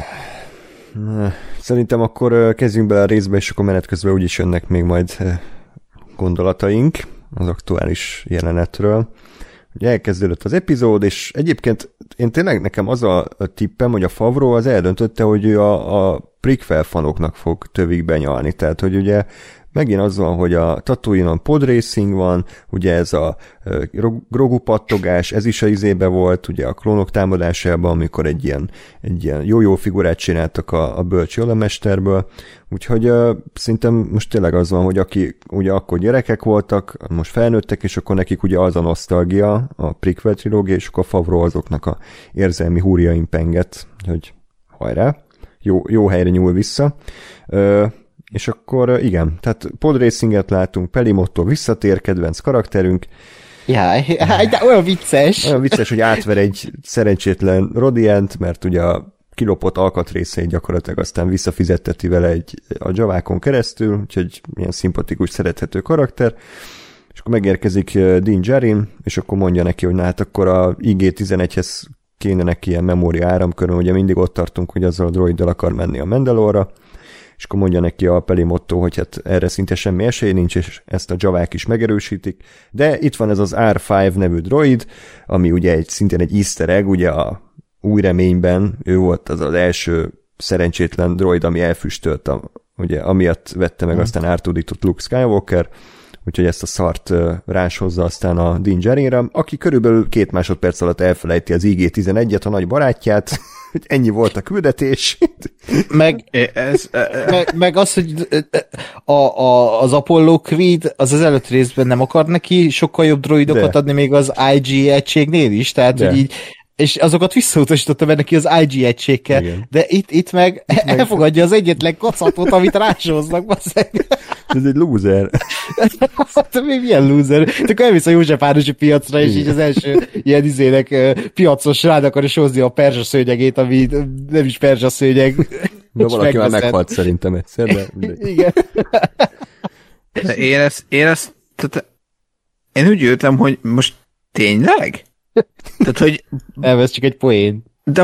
Szerintem akkor kezdjünk bele a részbe, és akkor menet közben úgyis jönnek még majd gondolataink az aktuális jelenetről. Ugye elkezdődött az epizód, és egyébként én tényleg nekem az a tippem, hogy a Favreau az eldöntötte, hogy ő a prequel fanoknak fog tövig benyalni. Tehát, hogy ugye megint az van, hogy a Tatooine-on podracing van, ugye ez a Grogu pattogás, ez is a izébe volt, ugye a klónok támadásában, amikor egy ilyen jó-jó figurát csináltak a bölcs Yoda mesterből, úgyhogy szerintem most tényleg az van, hogy aki ugye akkor gyerekek voltak, most felnőttek, és akkor nekik ugye az a nosztalgia, a prequel trilógia, és akkor a Favreau azoknak a érzelmi húrjain penget, hogy hajrá, jó helyre nyúl vissza. És akkor igen, tehát podracinget látunk, Pelimotto visszatér, kedvenc karakterünk. Jaj, de olyan vicces. Olyan vicces, hogy átver egy szerencsétlen Rodient, mert ugye a kilopott alkatrészeit gyakorlatilag aztán visszafizetteti vele a Javákon keresztül, úgyhogy ilyen szimpatikus, szerethető karakter. És akkor megérkezik Din Djarin, és akkor mondja neki, hogy na hát akkor a IG-11-hez kéne neki ilyen memória áramkör, ugye mindig ott tartunk, hogy azzal a droiddal akar menni a Mandalore-ra, és akkor mondja neki a Pelimotto, hogy hát erre szinte semmi esély nincs, és ezt a Javák is megerősítik. De itt van ez az R5 nevű droid, ami ugye szintén egy easter egg, ugye a Új Reményben ő volt az első szerencsétlen droid, ami elfüstölt, ugye amiatt vette meg aztán R2-D2-t Luke Skywalker, úgyhogy ezt a szart ráshozza aztán a Din Djarinra, aki körülbelül 2 másodperc alatt elfelejti az IG-11-et, a nagy barátját, hogy ennyi volt a küldetés. Meg az, hogy az Apollo Creed az előtt részben nem akar neki sokkal jobb droidokat adni még az IG egységnél is, tehát hogy így és azokat visszautasította be neki az IG egységkel, de itt meg elfogadja az egyetlen kacatot, amit rásóznak, basszeg. Ez egy loser. Hát milyen loser? Te akkor elvisz a Józsefvárosi piacra, és így az első ilyen izének piacos rád akarja sózni a perzsa szőnyegét, ami nem is perzsa szőnyeg. De valaki már meghalt szerintem egyszer, de... Igen. De én úgy jöttem, hogy most tényleg? Tehát, hogy... Ez csak egy poén. De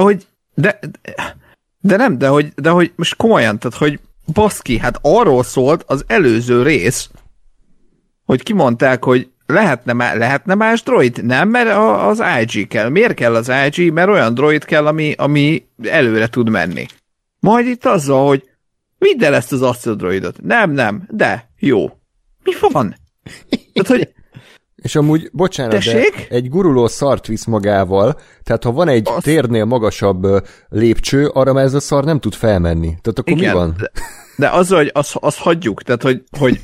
hogy most komolyan, tehát, hogy baszki, hát arról szólt az előző rész, hogy kimondták, hogy lehetne más droid? Nem, mert az IG kell. Miért kell az IG? Mert olyan droid kell, ami előre tud menni. Majd itt azzal, hogy vidd el ezt az asztrodroidot. Nem, de jó. Mi van? Tehát, hogy és amúgy, bocsánat, de egy guruló szart visz magával, tehát ha van egy térnél magasabb lépcső, arra már ez a szar nem tud felmenni. Tehát akkor igen, mi van? De azzal, hogy azt hagyjuk, tehát hogy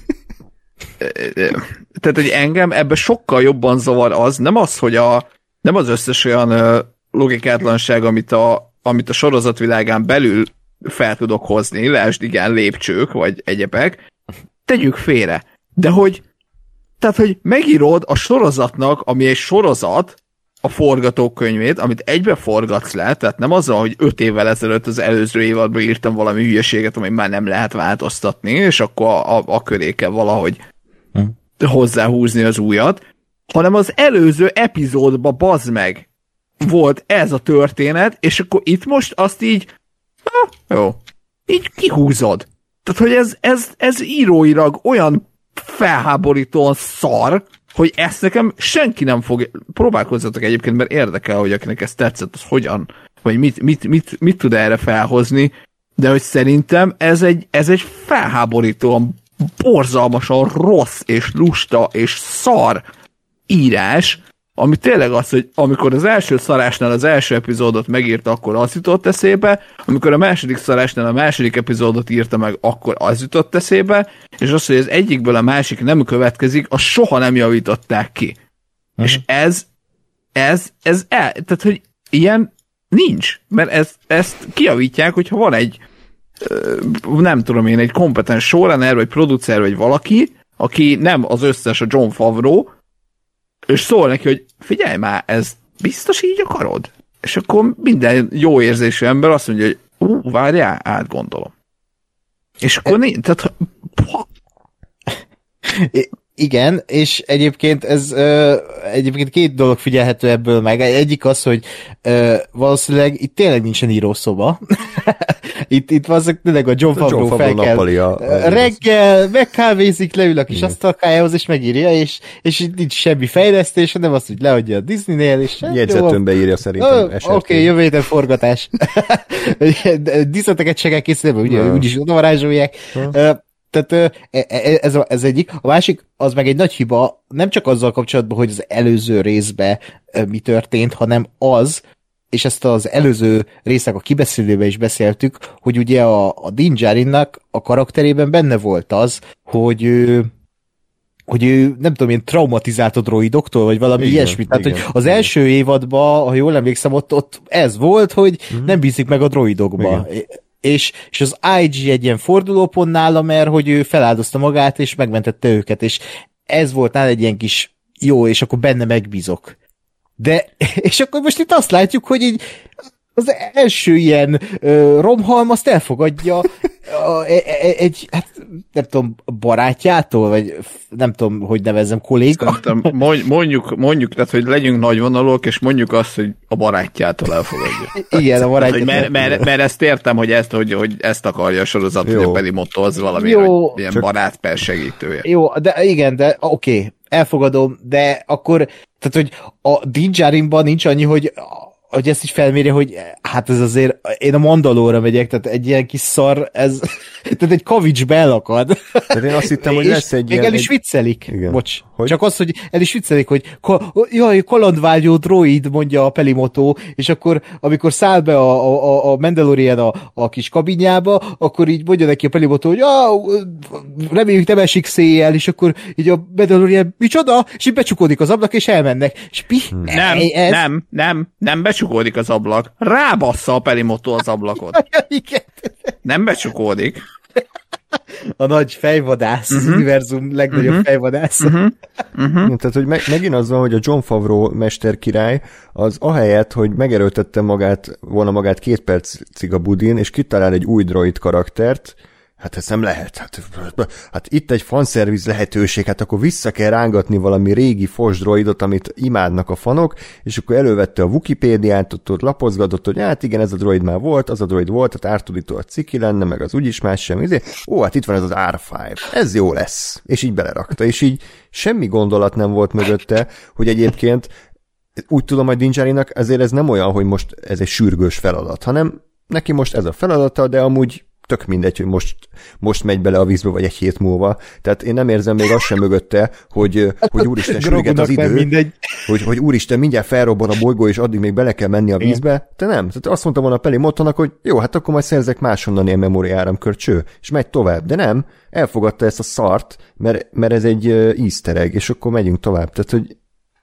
engem ebbe sokkal jobban zavar az, nem az, hogy nem az összes olyan logikátlanság, amit a sorozatvilágán belül fel tudok hozni, lásd igen, lépcsők, vagy egyebek, tegyük félre. De hogy megírod a sorozatnak, ami egy sorozat, a forgatókönyvét, amit egybe forgatsz le, tehát nem azzal, hogy 5 évvel ezelőtt az előző évadban írtam valami hülyeséget, ami már nem lehet változtatni, és akkor a köré kell valahogy hozzáhúzni az újat, hanem az előző epizódban bazd meg volt ez a történet, és akkor itt most azt így jó, így kihúzod. Tehát, hogy ez íróilag olyan felháborítóan szar, hogy ezt nekem senki nem fog... Próbálkozzatok egyébként, mert érdekel, hogy akinek ez tetszett, az hogyan, vagy mit tud erre felhozni, de hogy szerintem ez egy felháborítóan, borzalmasan rossz, és lusta, és szar írás, ami tényleg az, hogy amikor az első szarásnál az első epizódot megírta, akkor az jutott eszébe, amikor a második szarásnál a második epizódot írta meg, akkor az jutott eszébe, és az, hogy az egyikből a másik nem következik, azt soha nem javították ki. És tehát, hogy ilyen nincs, mert ezt kijavítják, hogyha van egy nem tudom én, egy kompetens showrunner, vagy producer, vagy valaki, aki nem az összes a Jon Favreau, és szól neki, hogy figyelj már, ez biztos így akarod? És akkor minden jó érzésű ember azt mondja, hogy várjál, átgondolom. És akkor tehát... Igen, és egyébként ez egyébként 2 dolog figyelhető ebből meg. Egyik az, hogy valószínűleg itt tényleg nincsen írószoba. itt valószínűleg tényleg a Jon Favreau fel kell. Reggel megkávézik, leül a kis asztalkájához, és megírja, és itt nincs semmi fejlesztés, hanem az, hogy leadja a Disneynél, és jegyzetönbe írja szerintem. Oké, jövő héten forgatás. Díszleteket se kell készíteni, ugye úgyis odavarázsolják. Tehát ez egyik. A másik, az meg egy nagy hiba, nem csak azzal kapcsolatban, hogy az előző részben mi történt, hanem az, és ezt az előző résznek a kibeszélőben is beszéltük, hogy ugye a Din Djarinnak a karakterében benne volt az, hogy ő nem tudom, én traumatizált a droidoktól, vagy valami ilyesmi. Tehát, hogy az első évadban, ha jól emlékszem, ott ez volt, hogy nem bízik meg a droidokba. és az IG egy ilyen fordulópont nála, mert hogy ő feláldozta magát, és megmentette őket, és ez volt nála egy ilyen kis jó, és akkor benne megbízok. De, és akkor most itt azt látjuk, hogy így az első ilyen romhalm azt elfogadja egy, hát nem tudom, barátjától, vagy nem tudom, hogy nevezzem, kolléga. Mondjuk, tehát, hogy legyünk nagyvonalúak, és mondjuk azt, hogy a barátjától elfogadja. Igen, a barátjától. Mert ezt értem, hogy ezt akarja a sorozat, hogy a Pelimotto az valami ilyen barát per segítője. Jó, de igen, de oké, elfogadom, de akkor, tehát, hogy a Din Djarinban nincs annyi, hogy ezt is felmérje, hogy hát ez azért, én a Mandalóra megyek, tehát egy ilyen kis szar, ez, tehát egy kavicsbe elakad. Tehát én azt hittem, hogy lesz egy ilyen... el is viccelik. Igen. Bocs. Hogy? Csak az, hogy el is viccelik, hogy jaj, kalandvágyó droid, mondja a Pelimotto, és akkor, amikor száll be a Mandalorian a kis kabinjába, akkor így mondja neki a Pelimotto, hogy reméljük nem esik széjjel, és így a Mandalorian, micsoda? És így becsukódik az ablak, és elmennek. És nem becsukódik az ablak. Rábassza a Pelimotto az ablakot. Igen. Nem becsukódik. A nagy fejvadász, az univerzum legnagyobb fejvadász. Tehát, hogy megint az van, hogy a Jon Favreau mesterkirály az ahelyett, hogy megerőltette volna magát 2 percig a budin, és kitalál egy új droid karaktert, hát ez nem lehet. Hát itt egy fanszerviz lehetőség, hát akkor vissza kell rángatni valami régi fos droidot, amit imádnak a fanok, és akkor elővette a Wikipédiát, ott lapozgatott, hogy hát igen, ez a droid már volt, az a droid volt, tehát R2-D2 a ciki lenne, meg az úgyis más sem. Hát itt van ez az R5, ez jó lesz. És így belerakta, és így semmi gondolat nem volt mögötte, hogy egyébként úgy tudom, hogy Din Djarinnak ezért ez nem olyan, hogy most ez egy sürgős feladat, hanem neki most ez a feladata, de amúgy tök mindegy, hogy most megy bele a vízbe, vagy egy hét múlva. Tehát én nem érzem még azt sem mögötte, hogy úristen, sürget az idő, hogy úristen, mindjárt felrobban a bolygó, és addig még bele kell menni a vízbe. Te nem. Tehát azt mondta volna a Pelimottónak, hogy jó, hát akkor majd szerzek máshonnan ilyen memória áramkört, és megy tovább. De nem, elfogadta ezt a szart, mert ez egy easter egg, és akkor megyünk tovább. Tehát, hogy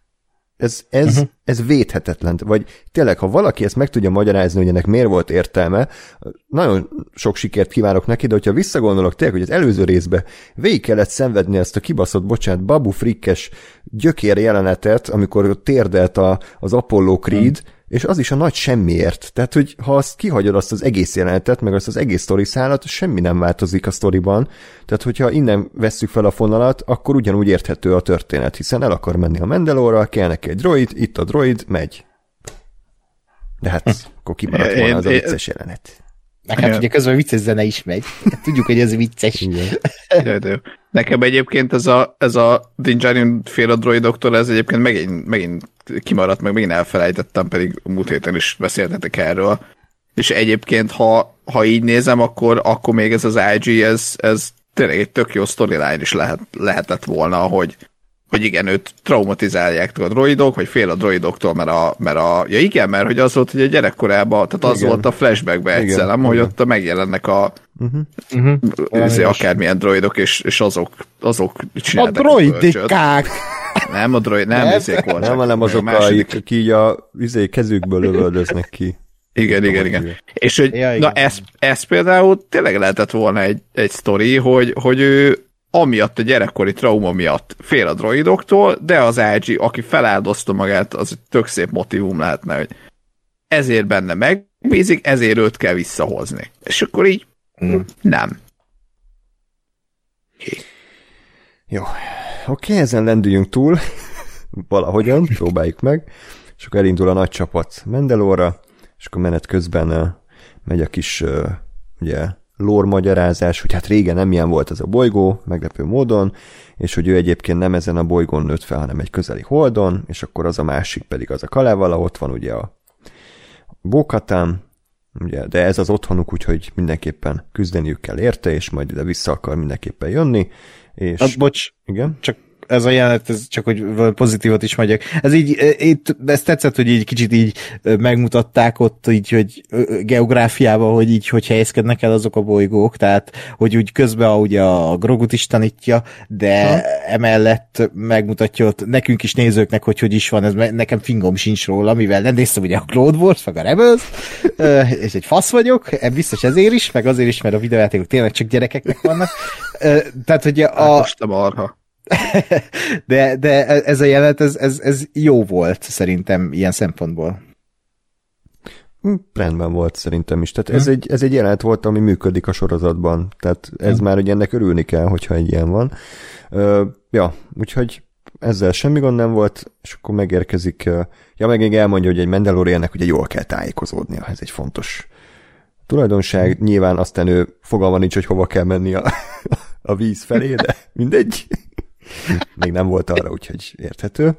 ez védhetetlen. Vagy tényleg, ha valaki ezt meg tudja magyarázni, hogy ennek miért volt értelme, nagyon sok sikert kívánok neki, de hogyha visszagondolok tényleg, hogy az előző részbe végig kellett szenvedni ezt a kibaszott, Babu Frikkes gyökér jelenetet, amikor térdelt az Apollo Creed, és az is a nagy semmiért. Tehát, hogy ha azt kihagyod azt az egész jelenetet, meg azt az egész sztoriszálat, semmi nem változik a sztoriban. Tehát, hogyha innen vesszük fel a fonalat, akkor ugyanúgy érthető a történet, hiszen el akar menni a Mandalore-ra, kell neki egy droid, itt a droid, megy. De hát, akkor kimaradt volna az a vicces jelenet. Hát ugye közben vicces zene is megy. Tudjuk, hogy ez vicces. Nekem egyébként ez a Din Djarin fél a droidoktól, ez egyébként megint kimaradt, meg megint elfelejtettem, pedig múlt héten is beszéltetek erről. És egyébként, ha így nézem, akkor még ez az IG, ez tényleg egy tök jó storyline is lehetett volna, hogy igen, őt traumatizálják a droidok, vagy fél a droidoktól, mert igen, mert hogy az volt, hogy a gyerekkorában, tehát az volt a flashbackben egyszer, hogy ott megjelennek akármilyen droidok, és azok csináltak a droidikák! Nem, a droid, nem izék voltak. Nem azok, akik így a kezükből lövöldöznek ki. Igen. És hogy, ez például tényleg lehetett volna egy sztori, hogy ő amiatt a gyerekkori trauma miatt fél a droidoktól, de az IG, aki feláldozta magát, az tök szép motivum lehetne, hogy ezért benne megbízik, ezért őt kell visszahozni. És akkor így nem. Jó. Oké, ezen lendüljünk túl. Valahogyan, próbáljuk meg. És akkor elindul a nagy csapat Mandalore-ra, és akkor menet közben megy a kis ugye lore magyarázás, hogy hát régen nem ilyen volt ez a bolygó, meglepő módon, és hogy ő egyébként nem ezen a bolygón nőtt fel, hanem egy közeli holdon, és akkor az a másik pedig az a Kalevala, ott van ugye a Bo-Katan, ugye, de ez az otthonuk, úgyhogy mindenképpen küzdeniük kell érte, és majd ide vissza akar mindenképpen jönni, és... Bocs, igen? csak ez a jelenet, ez csak hogy pozitívat is mondjak. Ez így, ez tetszett, hogy így kicsit így megmutatták ott, így, hogy geográfiában, hogy helyezkednek el azok a bolygók, tehát, hogy úgy közben ugye a Grogut is tanítja, de emellett megmutatja ott nekünk is nézőknek, hogy is van, ez nekem fingom sincs róla, mivel nem néztem ugye a Clone Wars, meg a Rebels, és egy fasz vagyok, biztos ezért is, meg azért is, mert a videójátékok tényleg csak gyerekeknek vannak. Tehát, hogy most a marha. De ez a jelenet, ez jó volt szerintem ilyen szempontból. Rendben volt szerintem is. Tehát ez egy jelenet volt, ami működik a sorozatban. Tehát ez már, hogy ennek örülni kell, hogyha egy ilyen van. Ja, úgyhogy ezzel semmi gond nem volt, és akkor megérkezik, meg még elmondja, hogy egy Mandaloriannek ugye jól kell tájékozódnia, ez egy fontos tulajdonság. Nyilván aztán ő fogalma nincs, hogy hova kell menni a víz felé, de mindegy. Még nem volt arra, úgyhogy érthető.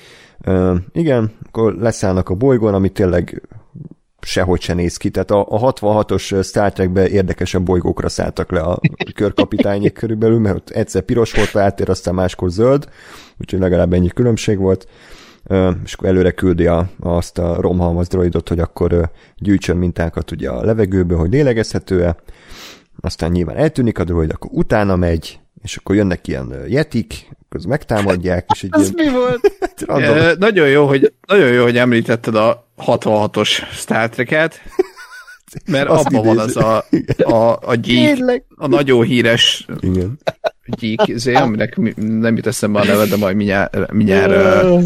Igen, akkor leszállnak a bolygón, ami tényleg sehogy se néz ki. Tehát a 66-os Star Trekben érdekesebb bolygókra szálltak le a körkapitányék körülbelül, mert ott egyszer piros volt a háttér, aztán máskor zöld, úgyhogy legalább ennyi különbség volt. És akkor előre küldi azt a romhalmaz droidot, hogy akkor gyűjtsön mintákat ugye a levegőből, hogy lélegezhető-e. Aztán nyilván eltűnik a droid, akkor utána megy, és akkor jönnek ilyen jetik, akkor megtámadják, és egy az ilyen... mi volt? Nagyon jó, hogy említetted a 66-os Star Trek-et, mert azt abban van az a gyík, a nagyon híres gyík, aminek nem jut eszembe a neve, de majd mindjárt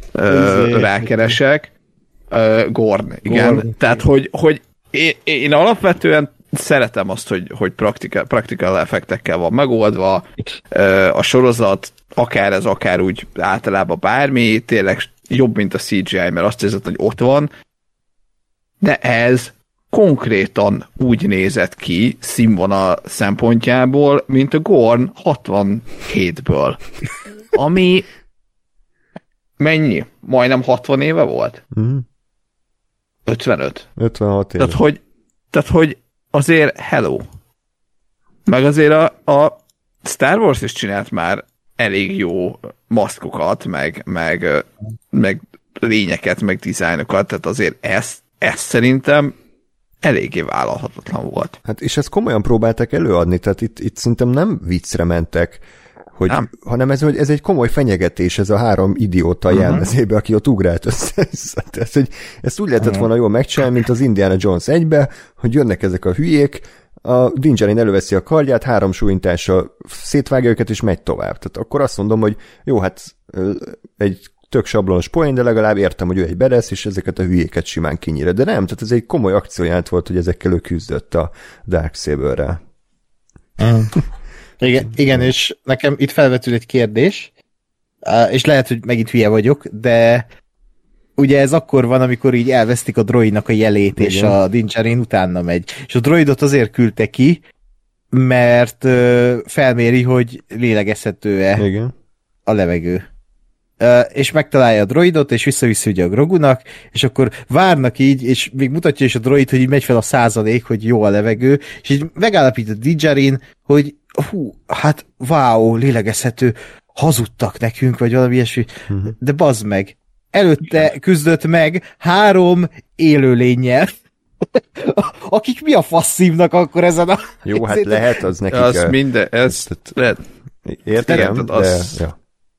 rákeresek. Gorn, igen. Gorn. Tehát, hogy én alapvetően szeretem azt, hogy practical effektekkel van megoldva, a sorozat, akár ez, akár úgy általában bármi, tényleg jobb, mint a CGI, mert azt érzed, hogy ott van, de ez konkrétan úgy nézett ki színvonal szempontjából, mint a Gorn 67-ből. Ami mennyi? Majdnem 60 éve volt? 55? 56 éve. Tehát, hogy azért hello. Meg azért a Star Wars is csinált már elég jó maszkokat, meg lényeket, meg dizájnokat, tehát azért ez szerintem eléggé vállalhatatlan volt. Hát és ezt komolyan próbálták előadni, tehát itt szerintem nem viccre mentek, hanem ez egy komoly fenyegetés, ez a 3 idióta jelmezébe, aki ott ugrált össze. Tehát, hogy ezt úgy lehetett volna jól megcsinálni, mint az Indiana Jones 1-be, hogy jönnek ezek a hülyék, a Din Djarin előveszi a kardját, 3 súlyintással szétvágja őket, és megy tovább. Tehát akkor azt mondom, hogy jó, hát egy tök sablonos poén, de legalább értem, hogy ő egy beresz, és ezeket a hülyéket simán kinyír. De nem, tehát ez egy komoly akcióját volt, hogy ezekkel ő küzdött a Darksaberrel. Igen, és nekem itt felvetül egy kérdés, és lehet, hogy megint hülye vagyok, de ugye ez akkor van, amikor így elvesztik a droidnak a jelét, igen. És a Din Djarin utána megy. És a droidot azért küldte ki, mert felméri, hogy lélegezhető-e igen. A levegő. És megtalálja a droidot, és visszaviszi ugye a Grogunak, és akkor várnak így, és még mutatja is a droid, hogy így megy fel a 100%, hogy jó a levegő, és így megállapít a Din Djarin, hogy hát wow, lélegezhető, hazudtak nekünk, vagy valami ilyesmi, de bazd meg, előtte küzdött meg 3 élőlénnyel, akik mi a fasz szívnak akkor ezen a... Jó, hát lehet az nekik... Az minden, ez lehet. Értem, de... Ja.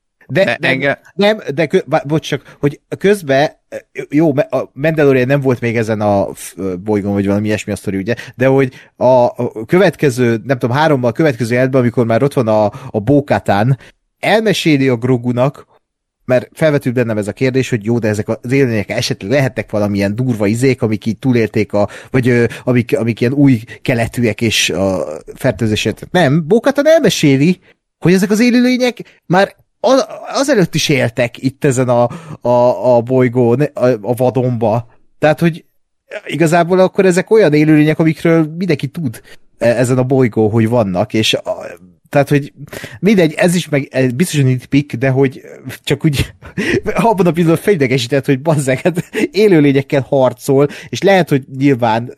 Bocs, csak, hogy közben, jó, a Mandalorian nem volt még ezen a bolygón, vagy valami ilyesmi a sztori, ugye, de hogy a következő, nem tudom, 3-mal a következő jelentben, amikor már ott van a Bo-Katan, elmeséli a Grogunak, mert felvetül bennem ez a kérdés, hogy jó, de ezek az élőlények esetleg lehettek valamilyen durva izék, amik így túlélték vagy amik ilyen új keletűek és a fertőzését. Nem, Bo-Katan elmeséli, hogy ezek az élőlények már azelőtt is éltek itt ezen a bolygón, a vadonba. Tehát, hogy igazából akkor ezek olyan élőlények, amikről mindenki tud ezen a bolygó, hogy vannak, és tehát, hogy mindegy, ez is meg biztosan nitpick, de hogy csak úgy abban a pillanatban felidegesített, hogy bazzeg, hát élőlényekkel harcol, és lehet, hogy nyilván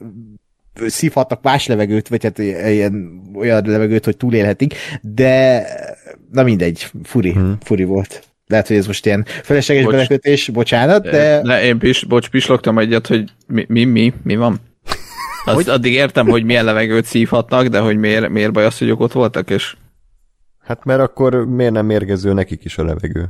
szívhatnak más levegőt, vagy hát olyan levegőt, hogy túlélhetik, de Na mindegy, furi volt. Lehet, hogy ez most ilyen felesleges belekötés, bocsánat, de... Én pislogtam egyet, hogy mi van? Azt addig értem, hogy milyen levegőt szívhatnak, de hogy miért baj az, hogy ők ott voltak, és... Hát mert akkor miért nem mérgező nekik is a levegő?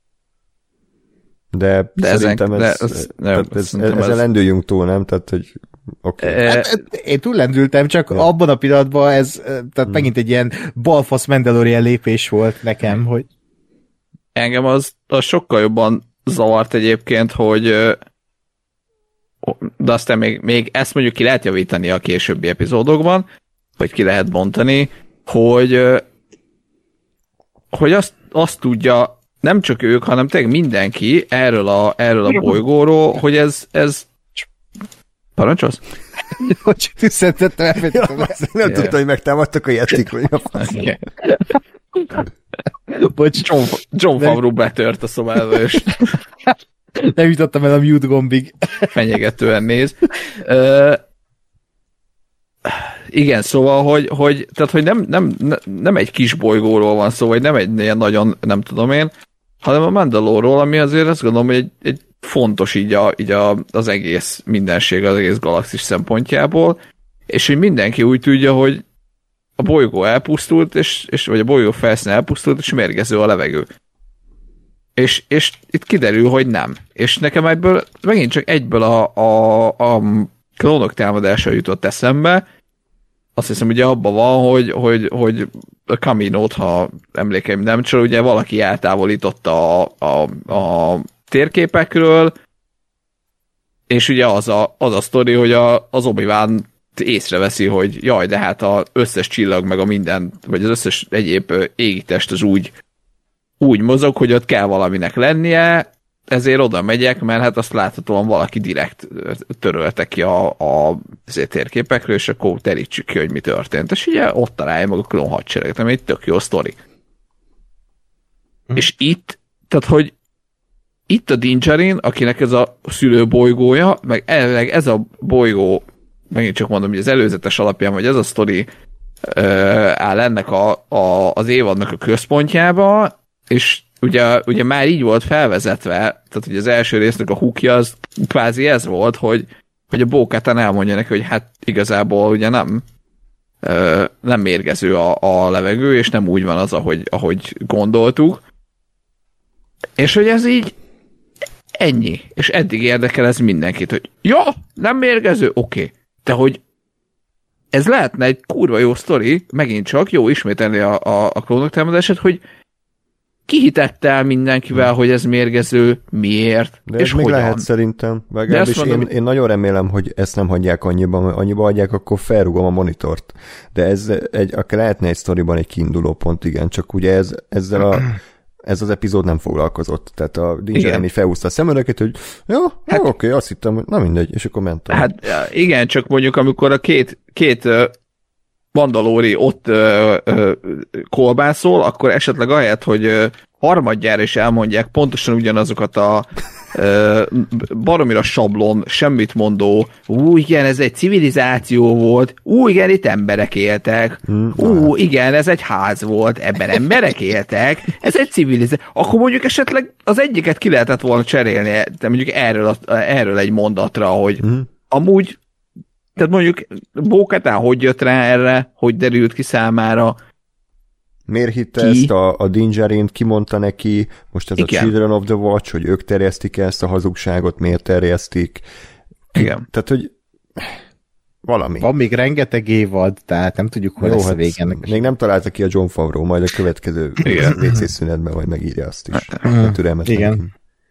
De szerintem ezzel lendüljünk túl, nem? Tehát, hogy okay. Hát, én túl lendültem, csak abban a pillanatban ez tehát megint egy ilyen balfasz Mandalorian lépés volt nekem, hogy... Engem az sokkal jobban zavart egyébként, hogy de aztán még ezt mondjuk ki lehet javítani a későbbi epizódokban, vagy ki lehet bontani, hogy azt tudja nem csak ők, hanem tényleg mindenki erről a bolygóról, hogy ez parancsolsz? Hogy tüsszentettem, nem tudtam, hogy megtámadtak a jettik, vagy a fasz. Bocs, John Favreau betört a szobába, és nem jutottam el a mute gombig. Fenyegetően néz. Igen, szóval, hogy nem egy kis bolygóról van szó, vagy nem egy ilyen nagyon, nem tudom én, hanem a Mandalore-ról, ami azért azt gondolom, hogy egy fontos így az egész mindenség, az egész galaxis szempontjából, és hogy mindenki úgy tudja, hogy a bolygó elpusztult, vagy a bolygó felszín elpusztult, és mérgező a levegő. És itt kiderül, hogy nem. És nekem ebből megint csak egyből a klónok támadása jutott eszembe. Azt hiszem, ugye abban van, hogy a Camino-t, ha emlékeim nem csal, ugye valaki eltávolította a térképekről, és ugye az a sztori, hogy az Obi-Wan észreveszi, hogy jaj, de hát az összes csillag, meg a minden, vagy az összes egyéb égitest az úgy mozog, hogy ott kell valaminek lennie, ezért oda megyek, mert hát azt láthatóan valaki direkt törölte ki a térképekről, és akkor terítsük ki, hogy mi történt. És ugye ott találja meg a klón hadsereget, ami egy tök jó sztori. És itt, tehát hogy itt a Din Djarin, akinek ez a szülőbolygója, meg ez a bolygó, megint csak mondom, hogy az előzetes alapján, vagy ez a sztori áll ennek az évadnak a központjába, és ugye már így volt felvezetve, tehát hogy az első résznek a hookja az kvázi ez volt, hogy a Bo-Katan elmondja neki, hogy hát igazából ugye nem mérgező a levegő, és nem úgy van az, ahogy gondoltuk. És hogy ez így ennyi. És eddig érdekel ez mindenkit, hogy ja, nem mérgező, oké. De hogy ez lehetne egy kurva jó sztori, megint csak jó ismételni a klónok támadását, hogy kihitette el mindenkivel, hogy ez mérgező, miért, de és még hogyan. Lehet szerintem. Legalábbis én nagyon remélem, hogy ezt nem hagyják annyiba, mert annyiba hagyják, akkor felrugom a monitort. De ez lehetne egy sztoriban egy kiinduló pont, igen, csak ugye ez az epizód nem foglalkozott. Tehát a Din Djarin így felhúzta a szemöldöket, hogy hát, oké, azt hittem, hogy na mindegy, és akkor mentem. Hát igen, csak mondjuk amikor a két Mandalori ott kolbászol, akkor esetleg ahelyett, hogy harmadjára is elmondják pontosan ugyanazokat a baromira sablon, semmit mondó, igen, ez egy civilizáció volt, igen, itt emberek éltek, igen, ez egy ház volt, ebben emberek éltek, ez egy civilizáció. Akkor mondjuk esetleg az egyiket ki lehetett volna cserélni, de mondjuk erről egy mondatra, hogy amúgy, tehát mondjuk Bo-Katan hogy jött rá erre, hogy derült ki számára, miért hitte ezt a Din Djarint, ki mondta neki, most ez igen. A Children of the Watch, hogy ők terjesztik ezt a hazugságot, miért terjesztik. Igen. Tehát, hogy valami. Van még rengeteg évad, tehát nem tudjuk, hogy lesz a vége. Még nem találta ki a John Favreau, majd a következő WC szünetben majd megírja azt is. Igen.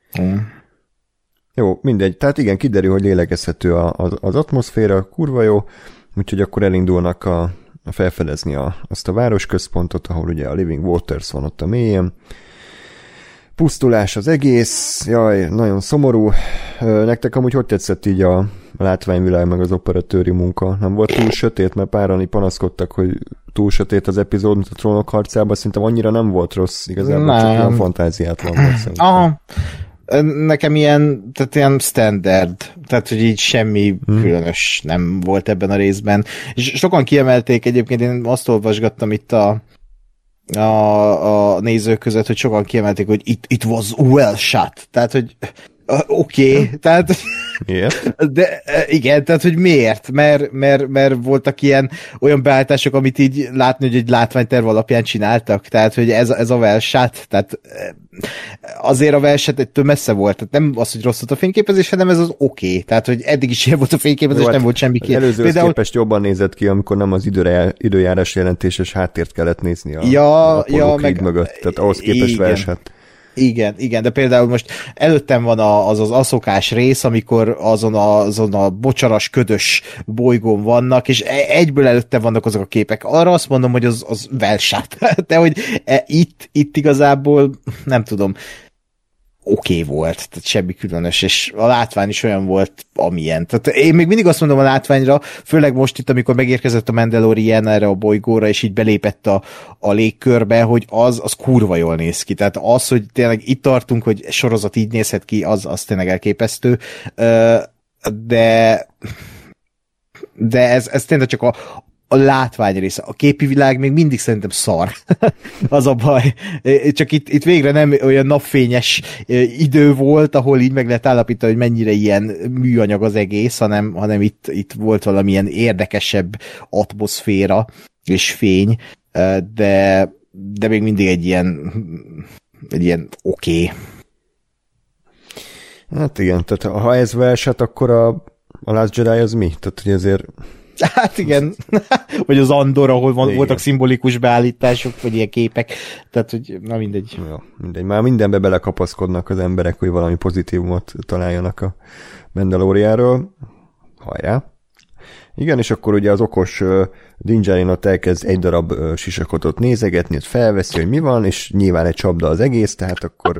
Jó, mindegy. Tehát igen, kiderül, hogy lélegezhető az atmoszféra, kurva jó, úgyhogy akkor elindulnak felfedezni azt a városközpontot, ahol ugye a Living Waters van ott a mélyen. Pusztulás az egész, jaj, nagyon szomorú. Nektek amúgy hogy tetszett így a látványvilág meg az operatőri munka? Nem volt túl sötét, mert páran panaszkodtak, hogy túl sötét az epizód, mint a Trónok harcában, szerintem annyira nem volt rossz, igazából csak ilyen fantáziátlan volt szerintem. Aha. Nekem ilyen standard, tehát hogy így semmi különös nem volt ebben a részben. És sokan kiemelték egyébként, én azt olvasgattam itt a nézők között, hogy sokan kiemelték, hogy it was well shot. Tehát, hogy oké, tehát... Miért? De igen, tehát, hogy miért? Mert voltak olyan beállítások, amit így látni, hogy egy látványterv alapján csináltak, tehát, hogy ez a well shot, tehát azért a well shot ettől messze volt, tehát nem az, hogy rossz volt a fényképezés, hanem ez az oké. Tehát, hogy eddig is ilyen volt a fényképezés, nem volt semmi ki. Előzőhöz képest jobban nézett ki, amikor nem az időjárás jelentéses háttért kellett nézni a meg mögött, tehát ahhoz képest well shot. Igen, de például most előttem van az aszokás rész, amikor azon a bocsaras, ködös bolygón vannak, és egyből előttem vannak azok a képek. Arra azt mondom, hogy az well shot. De hogy itt igazából, nem tudom, oké volt, tehát semmi különös, és a látvány is olyan volt, amilyen. Tehát én még mindig azt mondom a látványra, főleg most itt, amikor megérkezett a Mandalorian erre a bolygóra, és így belépett a légkörbe, hogy az kurva jól néz ki. Tehát az, hogy tényleg itt tartunk, hogy sorozat így nézhet ki, az tényleg elképesztő. De ez tényleg csak a látvány része. A képi világ még mindig szerintem szar. Az a baj. Csak itt végre nem olyan napfényes idő volt, ahol így meg lehet állapítani, hogy mennyire ilyen műanyag az egész, hanem itt volt valamilyen érdekesebb atmoszféra és fény, de még mindig egy ilyen oké. Hát igen, tehát ha ez verset, akkor a Last Jedi az mi? Tehát, hogy azért... Hát igen, vagy az Andor, ahol voltak szimbolikus beállítások, vagy ilyen képek, tehát, hogy na mindegy. Ja, mindegy. Már mindenbe belekapaszkodnak az emberek, hogy valami pozitívumot találjanak a Mandalorianról. Hajrá! Igen, és akkor ugye az okos Din Djarin ott elkezd egy darab sisakotot nézegetni, ott felveszi, hogy mi van, és nyilván egy csapda az egész, tehát akkor...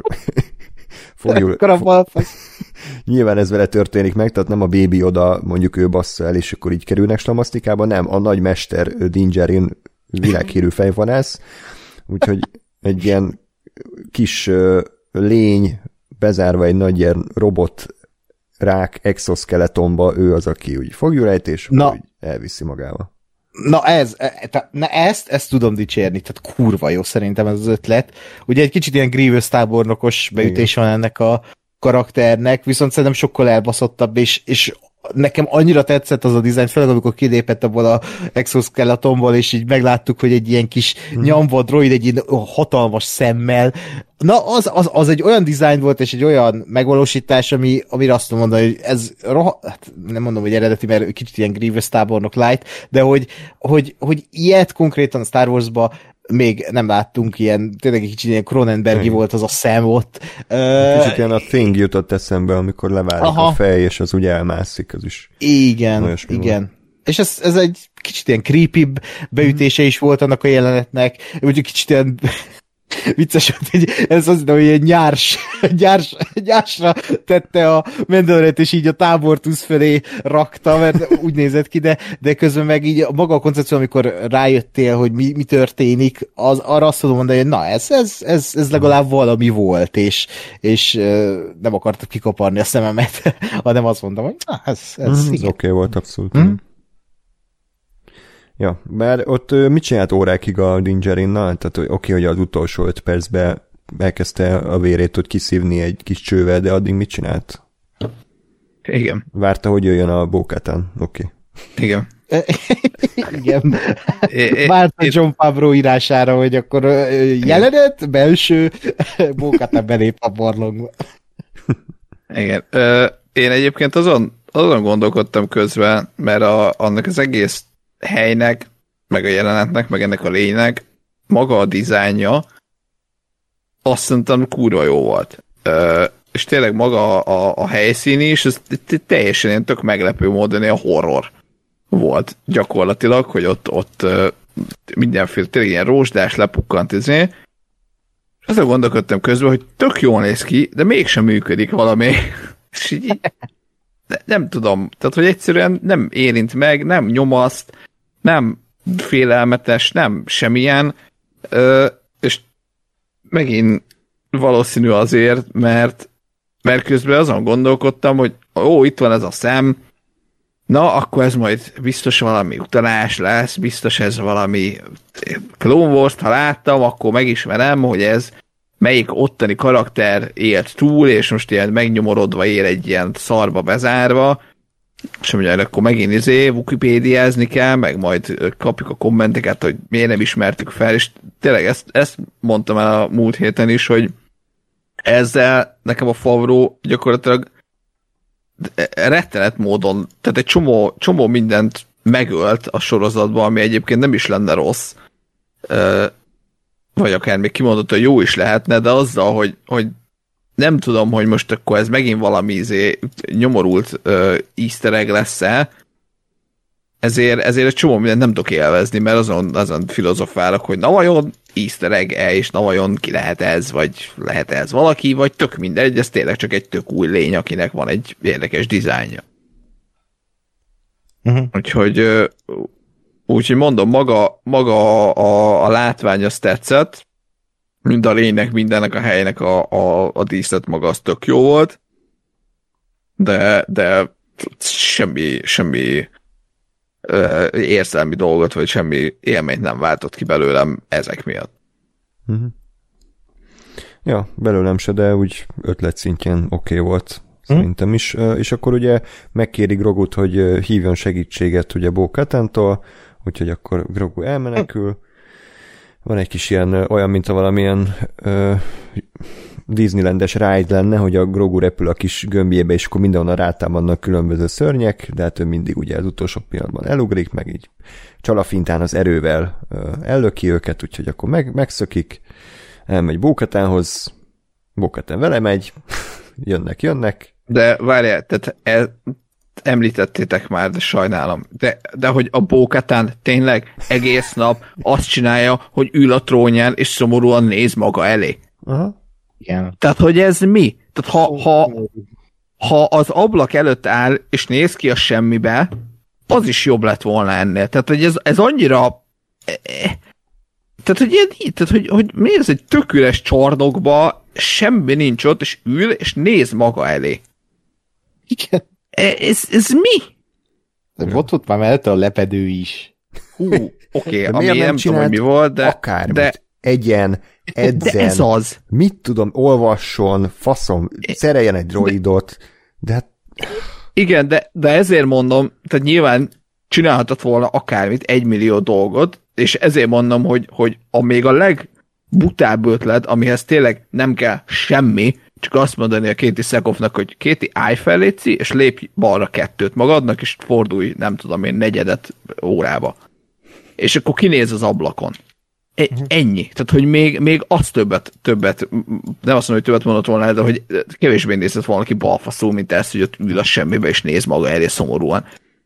Nyilván ez vele történik meg, tehát nem a bébi oda mondjuk ő bassza el, és akkor így kerülnek slamasztikába, nem, a nagy mester Din Djarin világhírű fejvadász, úgyhogy egy ilyen kis lény bezárva egy nagy ilyen robot rák exoskeletonba, ő az, aki úgy fogjulejt, és úgy elviszi magával. Na ezt tudom dicsérni, tehát kurva jó szerintem ez az ötlet. Ugye egy kicsit ilyen Grievous tábornokos beütés van ennek a karakternek, viszont szerintem sokkal elbaszottabb, és nekem annyira tetszett az a dizájn, főleg amikor kilépett abból a exoskeletonból, és így megláttuk, hogy egy ilyen kis nyomva droid, egy ilyen hatalmas szemmel. Na, az egy olyan dizájn volt, és egy olyan megvalósítás, amire azt mondom, hogy ez hát nem mondom, hogy eredeti, mert kicsit ilyen Grievous tábornok light, de hogy ilyet konkrétan a Star Wars-ba még nem láttunk ilyen, tényleg egy kicsit ilyen Cronenbergi volt az a szem ott. Kicsit ilyen a Thing jutott eszembe, amikor leválik a fej, és az úgy elmászik, az is. Igen. Volt. És ez egy kicsit ilyen creepy beütése is volt annak a jelenetnek, úgy kicsit ilyen vicces volt, hogy ez az, hogy egy nyársra tette a Mandaloriant, és így a tábortusz felé rakta, mert úgy nézett ki, de közben meg így maga a koncepció, amikor rájöttél, hogy mi történik, arra azt tudom mondani, hogy na, ez legalább valami volt, és nem akartak kikaparni a szememet, hanem azt mondtam, hogy na, ez oké volt, abszolút. Ja, bár ott mit csinált órákig a Din Djarinnal? Tehát oké, hogy az utolsó 5 percben elkezdte a vérét, hogy kiszívni egy kis csővel, de addig mit csinált? Igen. Várta, hogy jöjjön a Bo-Katan. Oké. Igen. Igen. Várta John Favreau írására, hogy akkor jelenet, belső, Bo-Katan belép a barlangba. Igen. Én egyébként azon gondolkodtam közben, mert annak az egész helynek, meg a jelenetnek, meg ennek a lénynek maga a dizájnja azt szerintem kurva jó volt. És tényleg maga a helyszín is, ez teljesen ilyen tök meglepő módon ilyen horror volt gyakorlatilag, hogy ott mindenféle tényleg ilyen rózsdás lepukkant és azon gondolkodtam közben, hogy tök jól néz ki, de mégsem működik valami. És így nem tudom, tehát hogy egyszerűen nem érint meg, nem nyomaszt, nem félelmetes, nem semmilyen, és megint valószínű azért, mert közben azon gondolkodtam, hogy itt van ez a szem, na, akkor ez majd biztos valami utalás lesz, biztos ez valami Clone Wars-t, ha láttam, akkor megismerem, hogy ez melyik ottani karakter élt túl, és most ilyen megnyomorodva él egy ilyen szarba bezárva, és mondja, akkor megint Wikipédiázni kell, meg majd kapjuk a kommenteket, hogy miért nem ismertük fel, és tényleg ezt mondtam el a múlt héten is, hogy ezzel nekem a Favreau gyakorlatilag rettenet módon, tehát egy csomó mindent megölt a sorozatban, ami egyébként nem is lenne rossz, vagy akár még kimondott, hogy jó is lehetne, de azzal, hogy nem tudom, hogy most akkor ez megint valami nyomorult easter egg lesz-e, ezért egy csomó mindent nem tudok élvezni, mert azon filozofálok, hogy na vajon easter egg-e, és na vajon ki lehet ez, vagy lehet ez valaki, vagy tök mindegy, ez tényleg csak egy tök új lény, akinek van egy érdekes dizájnja. Úgyhogy mondom, maga a látvány az tetszett, mind a lénynek, mindennek a helynek a díszlet maga az tök jó volt, de semmi érzelmi dolgot, vagy semmi élményt nem váltott ki belőlem ezek miatt. Uh-huh. Ja, belőlem se, de úgy ötlet szintjén oké volt. Szerintem is. És akkor ugye megkéri Grogut, hogy hívjon segítséget ugye Bo-Katantól, úgyhogy akkor Grogu elmenekül. Van egy kis ilyen, olyan, mint a valamilyen Disneylandes ride lenne, hogy a Grogu repül a kis gömbjébe, és akkor mindenhonnan rátámadnak különböző szörnyek, de hát ő mindig ugye az utolsó pillanatban elugrik, meg így csalafintán az erővel ellöki őket, úgyhogy akkor megszökik, elmegy Bo-Katanhoz, Bo-Katan vele megy, jönnek. De várjál, tehát említettétek már, de sajnálom. De hogy a Bo-Katan tényleg egész nap azt csinálja, hogy ül a trónján, és szomorúan néz maga elé. Aha. Igen. Tehát, hogy ez mi? Tehát, ha az ablak előtt áll, és néz ki a semmibe, az is jobb lett volna ennél. Tehát, hogy ez annyira... Tehát, hogy mi ez egy tök üres csarnokba, semmi nincs ott, és ül, és néz maga elé. Igen. Ez mi? De volt ott már mellette a lepedő is. Oké, ami nem tudom, hogy mi volt, de... Akármit. Egyen, edzen. De ez az. Mit tudom, olvasson, faszom, szereljen egy droidot, de hát... Igen, de ezért mondom, tehát nyilván csinálhatott volna akármit, 1 millió dolgot, és ezért mondom, hogy még a legbutább ötlet, amihez tényleg nem kell semmi, csak azt mondani a Katie Sackhoffnak, hogy Katie, állj fel, létszi, és lépj balra 2 magadnak, és fordulj, nem tudom én, 4 órába. És akkor kinéz az ablakon. Ennyi. Tehát, hogy még az többet, nem azt mondom, hogy többet mondott volna, de hogy kevésbé nézett volna ki balfaszul, mint ez, hogy ott ül a semmibe, és néz maga elé szomorúan.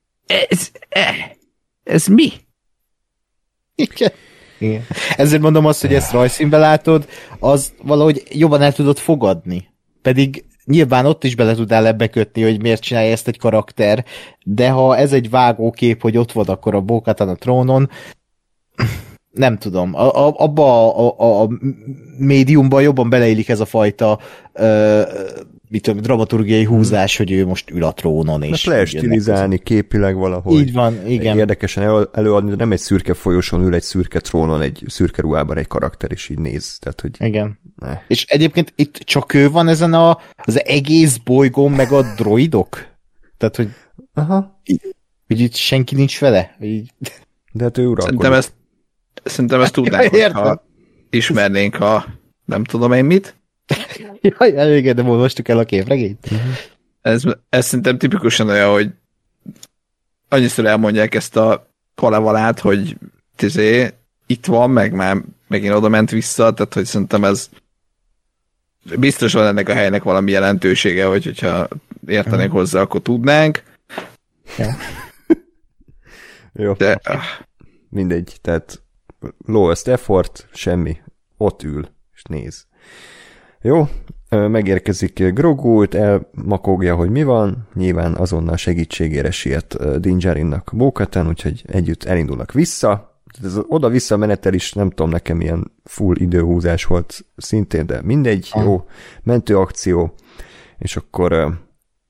Ez mi? Igen. Ezért mondom azt, hogy ezt rajzszínben látod, az valahogy jobban el tudod fogadni. Pedig nyilván ott is bele tudnál ebbe kötni, hogy miért csinálja ezt egy karakter, de ha ez egy vágókép, hogy ott van akkor a Bo-Katan a trónon, nem tudom. Abba a médiumban jobban beleillik ez a fajta dramaturgiai húzás, hogy ő most ül a trónon. És lehet stilizálni képileg valahogy. Így van, igen. Érdekesen előadni, de nem egy szürke folyosón ül egy szürke trónon, egy szürke ruhában egy karakter, és így néz. Tehát, hogy... Igen. És egyébként itt csak ő van ezen az egész bolygón, meg a droidok? Tehát, hogy hogy itt senki nincs vele? Így... De hát ő uralkodik. Szerintem ezt tudnánk, ha ismernénk a nem tudom én mit. Jaj, igen, de olvastuk el a képregényt. Ez szerintem tipikusan olyan, hogy annyiszor elmondják ezt a kalevalát, hogy itt van, meg már megint oda ment vissza, tehát hogy szerintem ez biztos van ennek a helynek valami jelentősége, hogyha értenék hozzá, akkor tudnánk. Ja. Jó. De... Mindegy, tehát lowest effort, semmi. Ott ül, és néz. Jó, megérkezik Grogu, elmakogja, hogy mi van, nyilván azonnal segítségére siet Din Djarinnak Bo-Katan, úgyhogy együtt elindulnak vissza. Ez oda-vissza menetel is, nem tudom, nekem ilyen full időhúzás volt szintén, de mindegy, jó, mentőakció, és akkor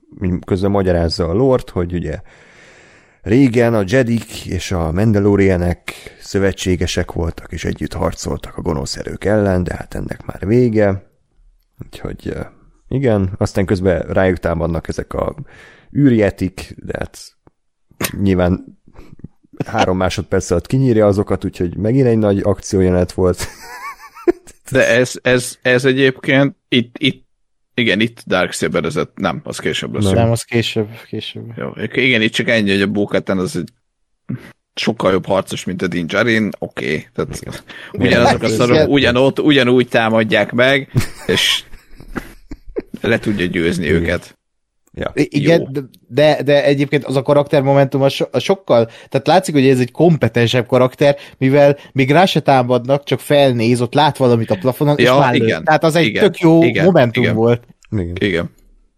közben magyarázza a lord, hogy ugye régen a Jedik és a Mandalorianek szövetségesek voltak, és együtt harcoltak a gonosz erők ellen, de hát ennek már vége. Úgyhogy igen, aztán közben rájuk támadnak ezek a űrjetik, de hát nyilván 3 másodperc alatt kinyírja azokat, úgyhogy megint egy nagy akciójelenet volt. De ez egyébként itt Darksaber-ezett, nem, az később lesz. Nem, az később. Jó, igen, itt csak ennyi, hogy a Bo-Katan az egy sokkal jobb harcos, mint a Din Djarin, oké. Tehát ugyanazok a szarok ugyanúgy támadják meg, és le tudja győzni őket. Ja. Igen, de egyébként az a karaktermomentum a sokkal, tehát látszik, hogy ez egy kompetensebb karakter, mivel még rá se támadnak, csak felnéz, ott lát valamit a plafonon, és már lő. Tehát az egy tök jó momentum volt. Igen.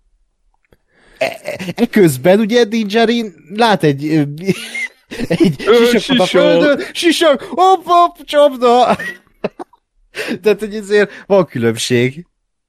Közben ugye Din Djarin lát egy sisakot a földön, sisak, hopp, csapda! Tehát, hogy ezért van különbség.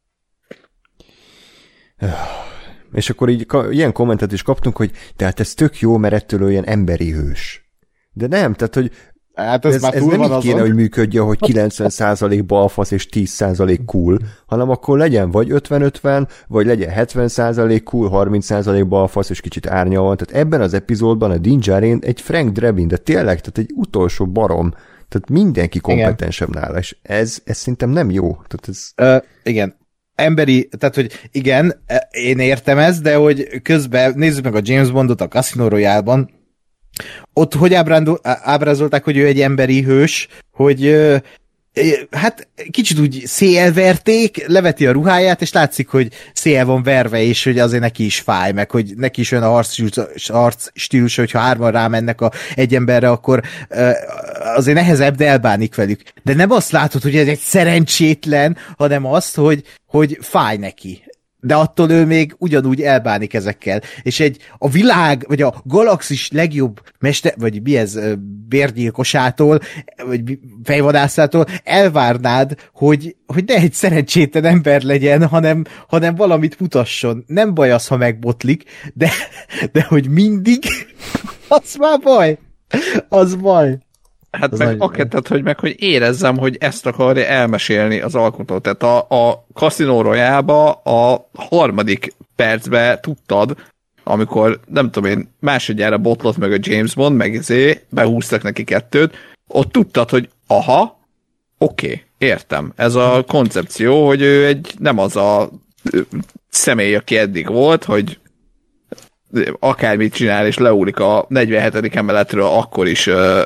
És akkor így ilyen kommentet is kaptunk, hogy tehát ez tök jó, mert ettől olyan emberi hős. De nem, tehát, hogy hát ez nem így kéne, hogy működjön, hogy 90% balfasz és 10% cool, hanem akkor legyen vagy 50-50, vagy legyen 70% cool, 30% balfasz és kicsit árnyalva. Tehát ebben az epizódban a Din Djarin egy Frank Drebin, de tényleg, tehát egy utolsó barom. Tehát mindenki kompetensebb nála, és ez szerintem nem jó. Tehát ez... Igen. Emberi, tehát, hogy igen, én értem ezt, de hogy közben nézzük meg a James Bondot a Casino Royale-ban, ott hogy ábrázolták, hogy ő egy emberi hős, hogy hát kicsit úgy szélverték, leveti a ruháját, és látszik, hogy szél van verve, és hogy azért neki is fáj, meg hogy neki is olyan a harc stílus, hogyha 3-an rámennek egy emberre, akkor azért nehezebb, de elbánik velük. De nem azt látod, hogy ez egy szerencsétlen, hanem azt, hogy fáj neki. De attól ő még ugyanúgy elbánik ezekkel. És a világ, vagy a galaxis legjobb vagy mi ez, bérgyilkosától, vagy fejvadászától elvárnád, hogy ne egy szerencsétlen ember legyen, hanem valamit mutasson. Nem baj az, ha megbotlik, de hogy mindig, az már baj. Az baj. Hát hogy érezzem, hogy ezt akarja elmesélni az alkotó. Tehát a Casino Royale-ba a 3. percben tudtad, amikor, nem tudom én, másodjára botlott meg a James Bond, meg behúztak neki 2, ott tudtad, hogy oké, értem. Ez a koncepció, hogy ő nem az a személy, aki eddig volt, hogy akármit csinál, és leúlik a 47. emeletről, akkor is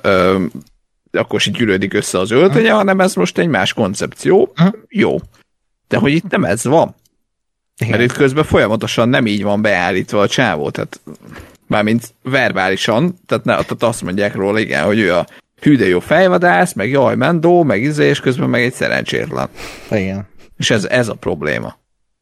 gyűrődik össze az öltönye, hanem ez most egy más koncepció. Jó. De hogy itt nem ez van. Mert itt közben folyamatosan nem így van beállítva a csávó, tehát mármint verbálisan, tehát azt mondják róla, igen, hogy ő a hű de jó fejvadász, meg jaj, Mendó, meg és közben meg egy szerencsétlen. Igen. És ez a probléma.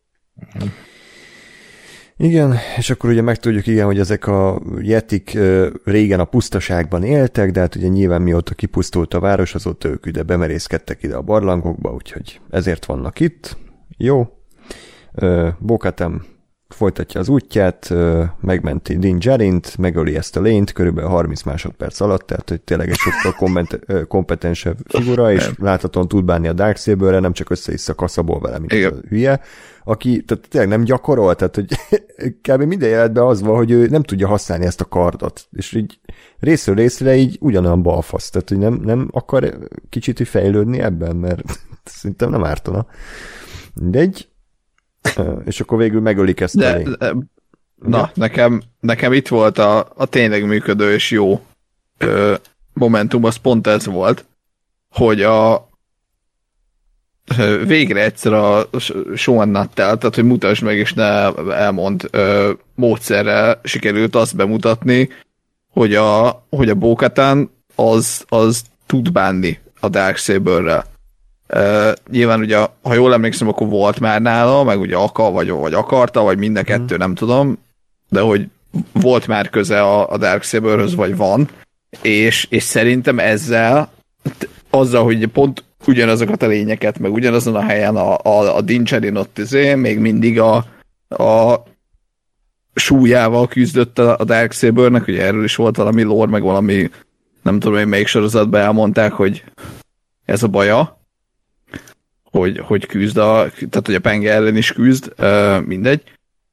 Igen, és akkor ugye megtudjuk, igen, hogy ezek a jetik régen a pusztaságban éltek, de hát ugye nyilván mióta kipusztult a város, azóta ők ide bemerészkedtek ide a barlangokba, úgyhogy ezért vannak itt. Jó. Bo-Katan folytatja az útját, megmenti Din Djarint, megöli ezt a lényt körülbelül 30 másodperc alatt, tehát hogy tényleg egy sokkal kompetensebb figura, és láthatóan tud bánni a Darksaberrel, nem csak össze-vissza kaszabol vele, mint a hülye, aki tehát tényleg nem gyakorol, tehát hogy kb. Minden jelenetben az van, hogy ő nem tudja használni ezt a kardot, és így részről részre így ugyanolyan balfasz, tehát hogy nem akar kicsit fejlődni ebben, mert szerintem nem ártana. Mindegy. És akkor végül megölik ezt a lényt. Na, nekem itt volt a tényleg működő és jó momentum, az pont ez volt, hogy végre egyszer a Sean Nuttel, tehát hogy mutasd meg és ne elmond módszerrel sikerült azt bemutatni, hogy a Bo-Katan az tud bánni a Darksaberrel. Nyilván ugye, ha jól emlékszem, akkor volt már nála, meg ugye vagy akarta, vagy mind a kettő, nem tudom, de hogy volt már köze a Darksaberhöz, vagy van, és szerintem azzal, hogy pont ugyanazokat a lényeket, meg ugyanazon a helyen a Din Djarin ott még mindig súlyával küzdött a Darksabernek, ugye erről is volt valami lore, meg valami, nem tudom én melyik sorozatban elmondták, hogy ez a baja, hogy küzd tehát hogy a penge ellen is küzd, mindegy.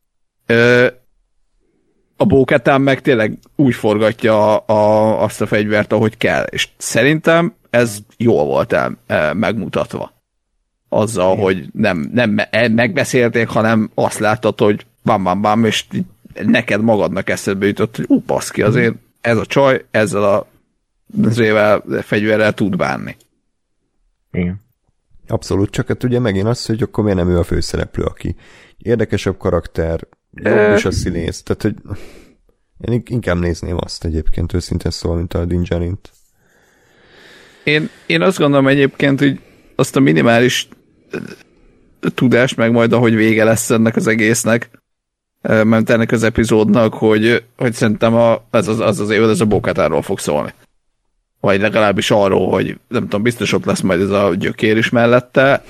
A Bo-Katan meg tényleg úgy forgatja azt a fegyvert, ahogy kell, és szerintem ez jól volt megmutatva. Azzal, hogy nem megbeszélték, hanem azt láttad, hogy bam, és neked magadnak eszedbe jutott, hogy baszki, azért ez a csaj ezzel a fegyverrel tud bánni. Igen. Abszolút, csak hát ugye megint az, hogy akkor miért nem ő a főszereplő, aki érdekesebb karakter, jobb is a színész, tehát hogy én inkább nézném azt egyébként, őszintén szól, mint a Din Djarin-t. Én azt gondolom egyébként, hogy azt a minimális tudást, meg majd ahogy vége lesz ennek az egésznek, mert ennek az epizódnak, hogy szerintem ez az évad, ez a Bo-Katanról fog szólni. Vagy legalábbis arról, hogy nem tudom, biztos ott lesz majd ez a gyökér is mellette.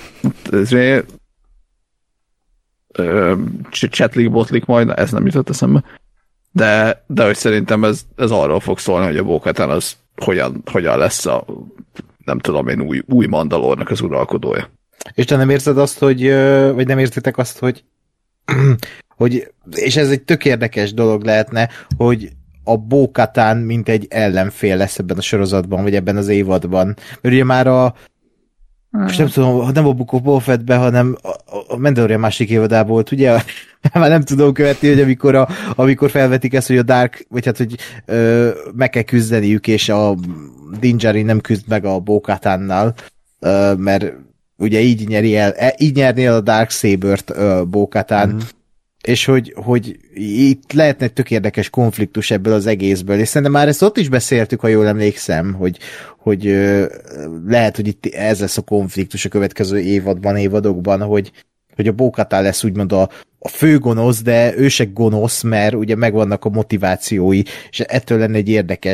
Csetlik-botlik majd, ez nem jutott eszembe. De hogy szerintem ez arról fog szólni, hogy a Bo-Katan az hogyan lesz a, nem tudom én, új Mandalornak az uralkodója. És te nem érzed azt, hogy, vagy nem érzitek azt, hogy és ez egy tök érdekes dolog lehetne, hogy a Bo-Katan mint egy ellenfél lesz ebben a sorozatban, vagy ebben az évadban. Mert ugye már most nem tudom, nem a Book of Boba Fettben, hanem a Mandalorian másik évadában volt, ugye? Már nem tudom követni, hogy amikor felvetik ezt, hogy a Dark, vagy hát, hogy meg kell küzdeniük, és a Din Djarin nem küzd meg a Bo-Katannal, mert ugye így nyernél a Darksabert Bo-Katan, és hogy itt lehetne egy tök érdekes konfliktus ebből az egészből, és szerintem már ezt ott is beszéltük, ha jól emlékszem, hogy lehet, hogy itt ez lesz a konfliktus a következő évadokban, hogy a Bo-Katan lesz úgymond a főgonosz, de ő se gonosz, mert ugye megvannak a motivációi, és ettől lenne egy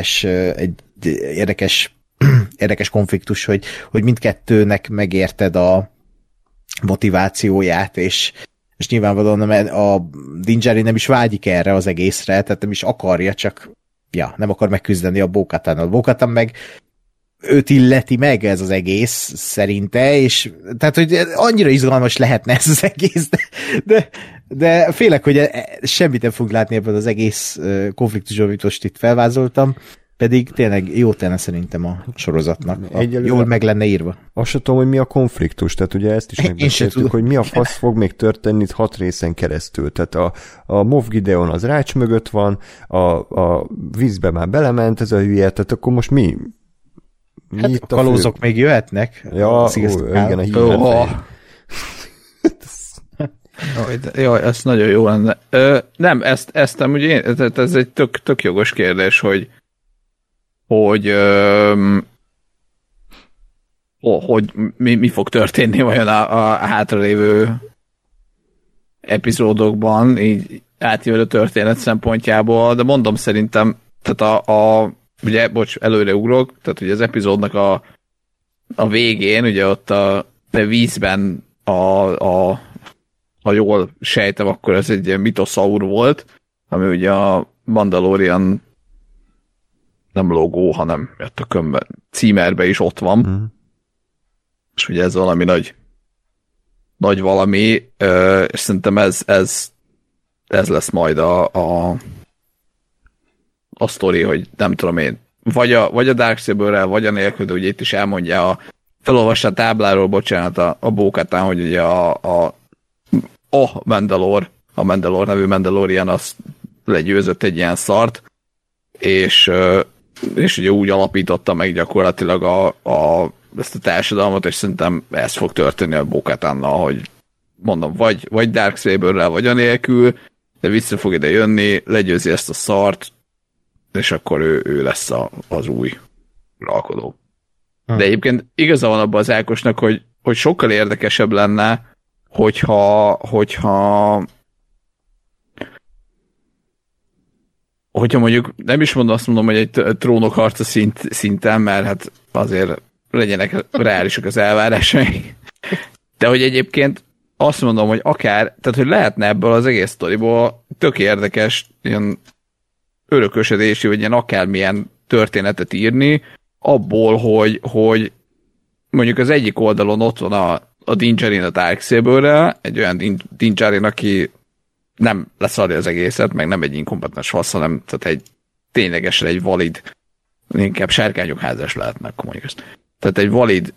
érdekes konfliktus, hogy mindkettőnek megérted a motivációját, és nyilvánvalóan a Din Djarin nem is vágyik erre az egészre, tehát nem is akarja, csak nem akar megküzdeni a Bo-Katannal. A Bo-Katan meg őt illeti meg ez az egész szerinte, és tehát, hogy annyira izgalmas lehetne ez az egész, de félek, hogy semmit nem fog látni ebből az egész konfliktusról, amit most itt felvázoltam, pedig tényleg jó tenne szerintem a sorozatnak. Jól meg lenne írva. Azt sem tudom, hogy mi a konfliktus, tehát ugye ezt is megbeszéltük, hogy mi a fasz fog még történni itt 6 részen keresztül. Tehát a Moff Gideon az rács mögött van, a vízbe már belement ez a hülye, tehát akkor most mi hát itt a kalózok még jöhetnek? Ja, igen, a híven. Jaj, ez nagyon jó lenne. Nem, ezt nem, ugye ez egy tök jogos kérdés, hogy mi fog történni vajon a hátralévő epizódokban, így átjövő történet szempontjából, de mondom szerintem, tehát ugye, előre ugrok, tehát ugye az epizódnak a végén, ugye ott a vízben ha jól sejtem, akkor ez egy ilyen mitoszaur volt, ami ugye a Mandalorian nem logó, hanem a címerbe is ott van. És ugye ez valami nagy valami, és szerintem ez lesz majd a sztori, hogy nem tudom én, vagy a Darksaberrel, vagy a nélkül, de ugye itt is elmondja felolvassa a tábláról, bocsánat, a Bo-Katan, hogy ugye a Mandalor nevű Mandalorian az legyőzött egy ilyen szart, és ugye úgy alapította meg gyakorlatilag ezt a társadalmat, és szerintem ez fog történni a Bo-Katannal, hogy mondom, vagy Darksaberrel, vagy anélkül, de vissza fog ide jönni, legyőzi ezt a szart, és akkor ő lesz az új uralkodó. De egyébként igaza van abban az Ákosnak, hogy sokkal érdekesebb lenne, hogyha mondjuk nem is azt mondom, hogy egy trónokharca szinten, mert hát azért legyenek reálisak az elvárásai. De hogy egyébként azt mondom, hogy akár, tehát hogy lehetne ebből az egész sztoriból tök érdekes ilyen örökösödési, vagy ilyen akármilyen történetet írni, abból, hogy mondjuk az egyik oldalon ott van a Dingerin a Darksaber-rel, egy olyan Dingerin, aki nem leszarja az egészet, meg nem egy inkompetens fasz, hanem tehát ténylegesen egy valid, inkább sárkányok házas lehetnek, mondjuk ezt. Tehát egy valid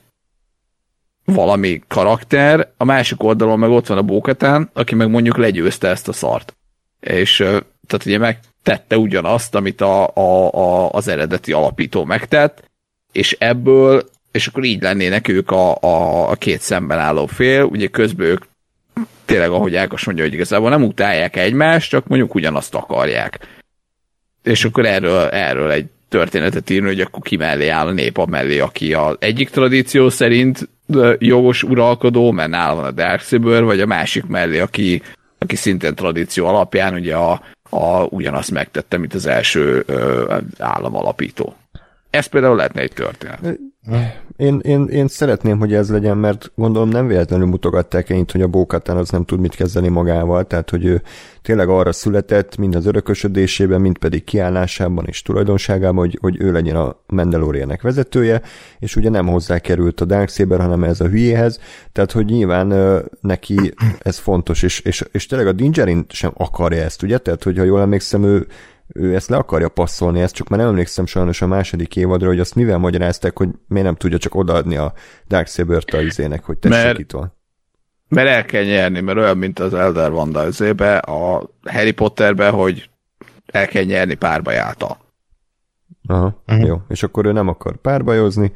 valami karakter, a másik oldalon meg ott van a Bo-Katan, aki meg mondjuk legyőzte ezt a szart. És tehát ugye megtette ugyanazt, amit az eredeti alapító megtett, és ebből, és akkor így lennének ők a két szemben álló fél, ugye közben ők tényleg, ahogy Ákos mondja, hogy igazából nem utálják egymást, csak mondjuk ugyanazt akarják. És akkor erről egy történetet írni, hogy akkor ki mellé áll a nép mellé, aki az egyik tradíció szerint jogos uralkodó, mert nála van a Darksaber, vagy a másik mellé, aki szintén tradíció alapján ugye ugyanazt megtette, mint az első állam alapító. Ez például lehetne egy történet. Én szeretném, hogy ez legyen, mert gondolom nem véletlenül mutogatták itt, hogy a Bo-Katan az nem tud mit kezdeni magával, tehát hogy ő tényleg arra született, mind az örökösödésében, mind pedig kiállásában és tulajdonságában, hogy ő legyen a Mandalorianek vezetője, és ugye nem hozzá került a Darksaber, hanem ez a hülyéhez, tehát hogy nyilván neki ez fontos, és tényleg a Din Djarin sem akarja ezt, ugye? Tehát, hogyha jól emlékszem, ő ezt le akarja passzolni, ezt csak már nem emlékszem sajnos a második évadra, hogy azt mivel magyarázták, hogy miért nem tudja csak odaadni a Darksabert a izének, hogy tessék itt van. Mert el kell nyerni, mert olyan, mint az Elder Wanda izébe, a Harry Potterbe, hogy el kell nyerni párbaj által. Aha, jó. És akkor ő nem akar párbajozni.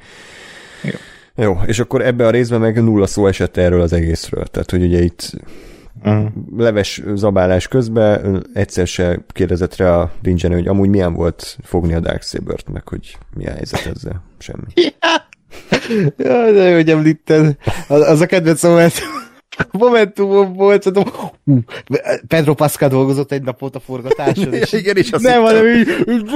Jó, és akkor ebbe a részben meg nulla szó esett erről az egészről. Tehát, hogy ugye itt leves zabálás közben egyszer se kérdezett rá a Din Djarin, hogy amúgy milyen volt fogni a Darksabert, meg hogy mi a helyzet ezzel. Semmi. Ja, de jó, hogy említed. Az a kedvenc momentumom volt, Pedro Pascal dolgozott egy napot a forgatáson, és igen, és azt nem, hanem így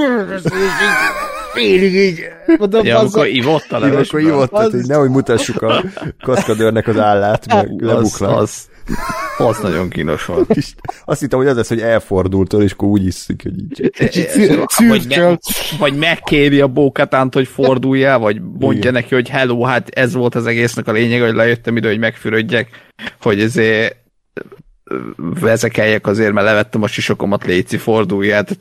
félig így. Mondom, ja, akkor ivott a leves. Akkor ivott, hogy nehogy mutassuk a kaszkadőrnek az állát, meg lebuknak. Az nagyon kínos volt. Azt hittem, hogy az lesz, hogy elfordult, és akkor úgy iszük, hogy így. Vagy megkéri a Bo-Katant, hogy forduljál, vagy mondja neki, hogy hello, hát ez volt az egésznek a lényeg, hogy lejöttem ide, hogy megfürödjek, hogy ezért vezekeljek azért, mert levettem a sisokomat, léci, fordulját.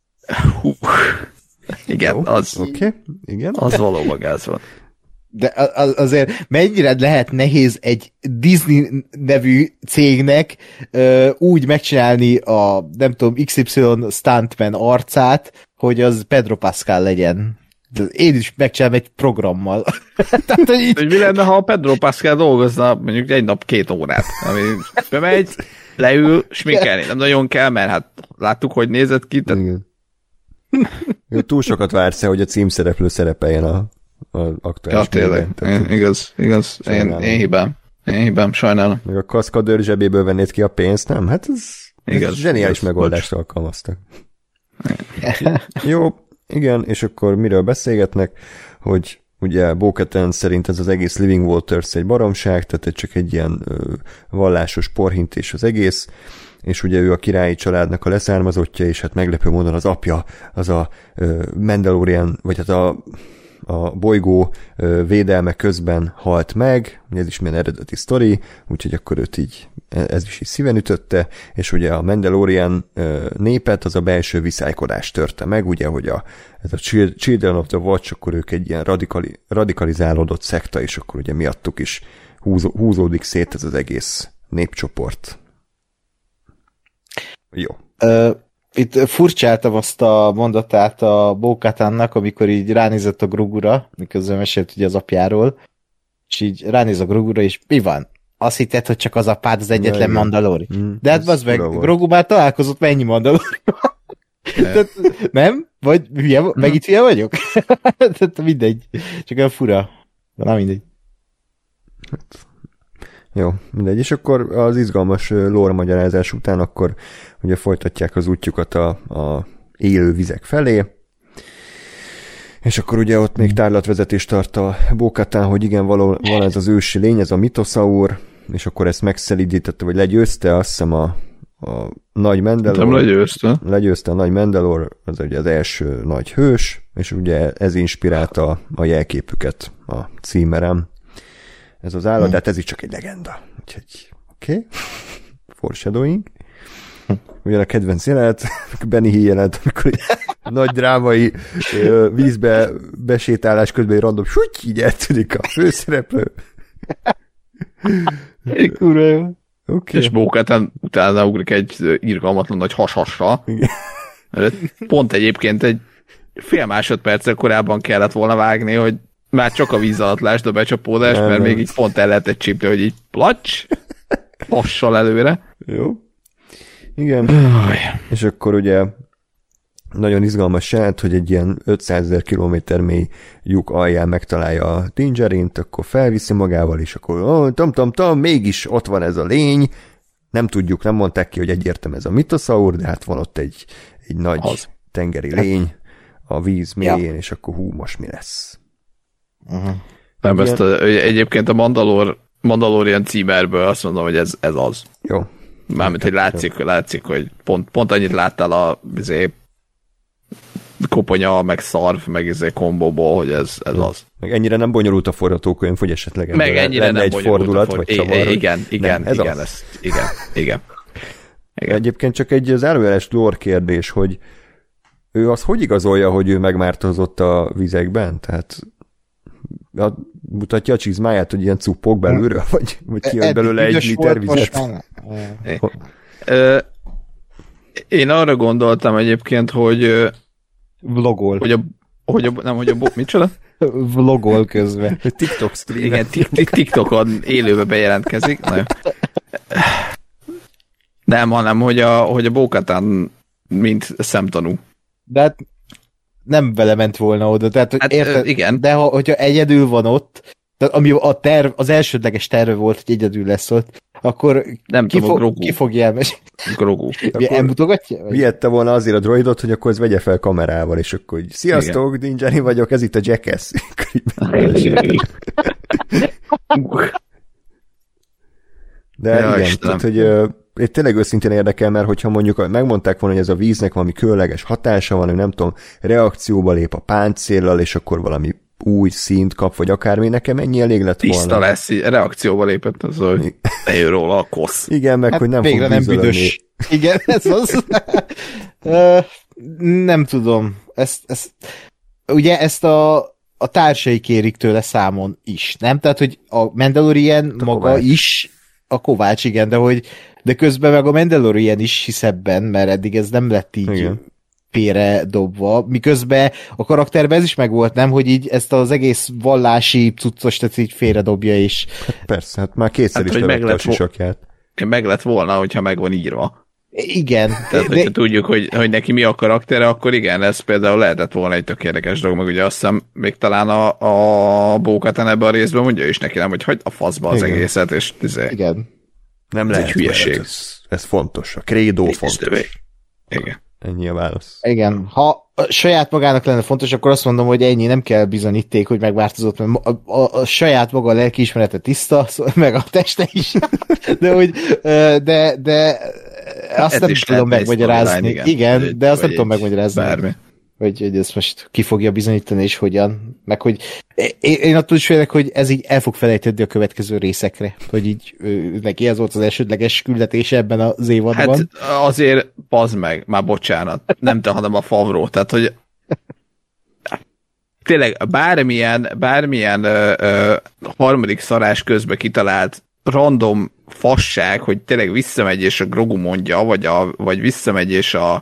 Igen, az. Oké, igen. Az valóban gáz van. De azért mennyire lehet nehéz egy Disney nevű cégnek úgy megcsinálni a, nem tudom, XY stuntman arcát, hogy az Pedro Pascal legyen. Én is megcsinálom egy programmal. Tehát, hogy mi lenne, ha a Pedro Pascal dolgozna mondjuk egy nap 2 órát, ami bemegy, leül, sminkelni. Nem nagyon kell, mert hát láttuk, hogy nézett ki. Tehát... Túl sokat vársz, hogy a címszereplő szerepeljen az aktuális. Ja, tényleg. Igaz. Én hibám, sajnálom. Meg a kaszkadőr zsebéből vennéd ki a pénzt, nem? Hát ez zseniális megoldást alkalmaztak. Jó, igen, és akkor miről beszélgetnek, hogy ugye Bo-Katan szerint ez az egész Living Waters egy baromság, tehát csak egy ilyen vallásos porhintés az egész, és ugye ő a királyi családnak a leszármazottja, és hát meglepő módon az apja, az a Mandalorian, vagy hát a bolygó védelme közben halt meg, ez is milyen eredeti sztori, úgyhogy akkor őt így, ez is így szíven ütötte, és ugye a Mandalorian népet az a belső viszálykodás törte meg, ugye, hogy ez a Children of the Watch, akkor ők egy ilyen radikalizálódott szekta, és akkor ugye miattuk is húzódik szét ez az egész népcsoport. Jó. Itt furcsáltam azt a mondatát a Bo-Katannak, amikor így ránézett a Grogura, miközben mesélt ugye az apjáról, és így ránéz a Grogura, és mi van? Azt hitted, hogy csak az apád az egyetlen Mandalori. De hát az meg, Grogu már találkozott mennyi Mandalori. Nem? Vagy hülye, megint hülye vagyok? Tehát mindegy. Csak olyan fura. Na mindegy. Jó, mindegy. És akkor az izgalmas lore magyarázás után akkor ugye folytatják az útjukat a élő vizek felé, és akkor ugye ott még tárlatvezetést tart a Bo-Katan, hogy igen, van ez az ősi lény, ez a Mythosaur, és akkor ezt megszelídítette, vagy legyőzte, azt hiszem a nagy Mandalore. Nem legyőzte. Legyőzte a nagy Mandalore, az ugye az első nagy hős, és ugye ez inspirálta a jelképüket a címerem. Ez az állat, de hát ez is csak egy legenda. Úgyhogy, oké. Foreshadowing. Ugyan a kedvenc jelenet, Benny Hill jelenet, amikor nagy drámai vízbe besétálás közben egy random így eltűnik a főszereplő. Kurva jó. Okay. És Bo-Katan utána ugrik egy irgalmatlan nagy hasasra. Pont egyébként egy fél másodperccel korábban kellett volna vágni, hogy már csak a víz alatt lásd a becsapódást, mert még így pont el lehetett csípni, hogy így placs, hassal előre. Jó. Igen. És akkor ugye nagyon izgalmas saját, hogy egy ilyen 500 000 kilométer mély lyuk alján megtalálja a Dingerint, akkor felviszi magával, és akkor mégis ott van ez a lény. Nem tudjuk, nem mondták ki, hogy egyértelműen ez a mitoszaur, de hát van ott egy nagy tengeri lény a víz mélyén, és akkor most mi lesz? Nem, ezt egyébként a Mandalorian címerből azt mondom, hogy ez az. Jó. Mármint, hogy látszik, hogy pont annyit láttál a koponya, meg szarv, meg kombóból, hogy ez az. Meg ennyire nem bonyolult a forgatókönyv, hogy esetleg meg ennyire nem egy fordulat, vagy csavar. Igen. Egyébként csak egy zárójeles lore kérdés, hogy ő az hogy igazolja, hogy ő megmártozott a vizekben? Tehát mutatja a csizmáját, hogy ilyen cuppok belülről, vagy kijön belőle egy liter vizet? Én arra gondoltam egyébként, hogy vlogol. Micsoda? Vlogol közben. TikTok stream. Igen, TikTokon élőbe bejelentkezik. Nem, hanem, hogy a Bo-Katan mint szemtanú. De hát nem vele ment volna oda. Tehát, hát, érted, igen. De hogyha egyedül van ott, tehát ami az elsődleges terve volt, hogy egyedül lesz ott, akkor nem ki fogja elmesélni? Grogu. Elmutogatja? Vihette volna azért a droidot, hogy akkor ez vegye fel kamerával, és akkor hogy sziasztok, Dingerin vagyok, ez itt a Jackass. De ja, igen, tehát, hogy tényleg őszintén érdekel, mert hogyha mondjuk megmondták volna, hogy ez a víznek valami különleges hatása van, hogy nem tudom, reakcióba lép a páncéllal, és akkor valami új színt kap, vagy akármi, nekem ennyi elég lett volna. Tiszta lesz, reakcióba lépett az, hogy eljön róla a kosz. Igen, meg hát hogy nem fog nem büdös. Igen, ez az. Nem tudom. Ugye ezt a társai kérik tőle számon is, nem? Tehát, hogy a Mandalorian maga is, a Kovács, igen, de közben meg a Mandalorian is hisz ebben, mert eddig ez nem lett így félre dobva, miközben a karakterben ez is megvolt, nem? Hogy így ezt az egész vallási cuccos, tehát így félre dobja is. Hát persze, hát már kétszer is levette a sisakját. Meg lett volna, hogyha meg van írva. Igen. Tehát, hogyha tudjuk, hogy neki mi a karaktere, akkor igen, ez például lehetett volna egy tök érdekes dolog, meg ugye azt hiszem, még talán a Bo-Katan ebben a részben mondja is neki, nem, hogy hagyd a faszba az egészet, és igen. Nem lehet, hülyeség. Ez fontos, a credo fontos. Igen. Ennyi a válasz. Igen. Ha saját magának lenne fontos, akkor azt mondom, hogy ennyi, nem kell bizonyíték, hogy megváltozott, mert a saját maga a lelkiismerete tiszta, meg a teste is. de azt nem tudom megmagyarázni. Igen, de azt nem tudom megmagyarázni. Bármi. Hogy ezt most ki fogja bizonyítani, és hogyan. Meg hogy én attól is félek, hogy ez így el fog felejtődni a következő részekre. Hogy így neki ez volt az elsődleges küldetése ebben az évadban. Hát azért bazd meg, már bocsánat. Nem te, hanem a Favreau. Tehát, hogy tényleg bármilyen harmadik szarás közben kitalált random fasság, hogy tényleg visszamegy és a Grogu mondja, vagy visszamegy és a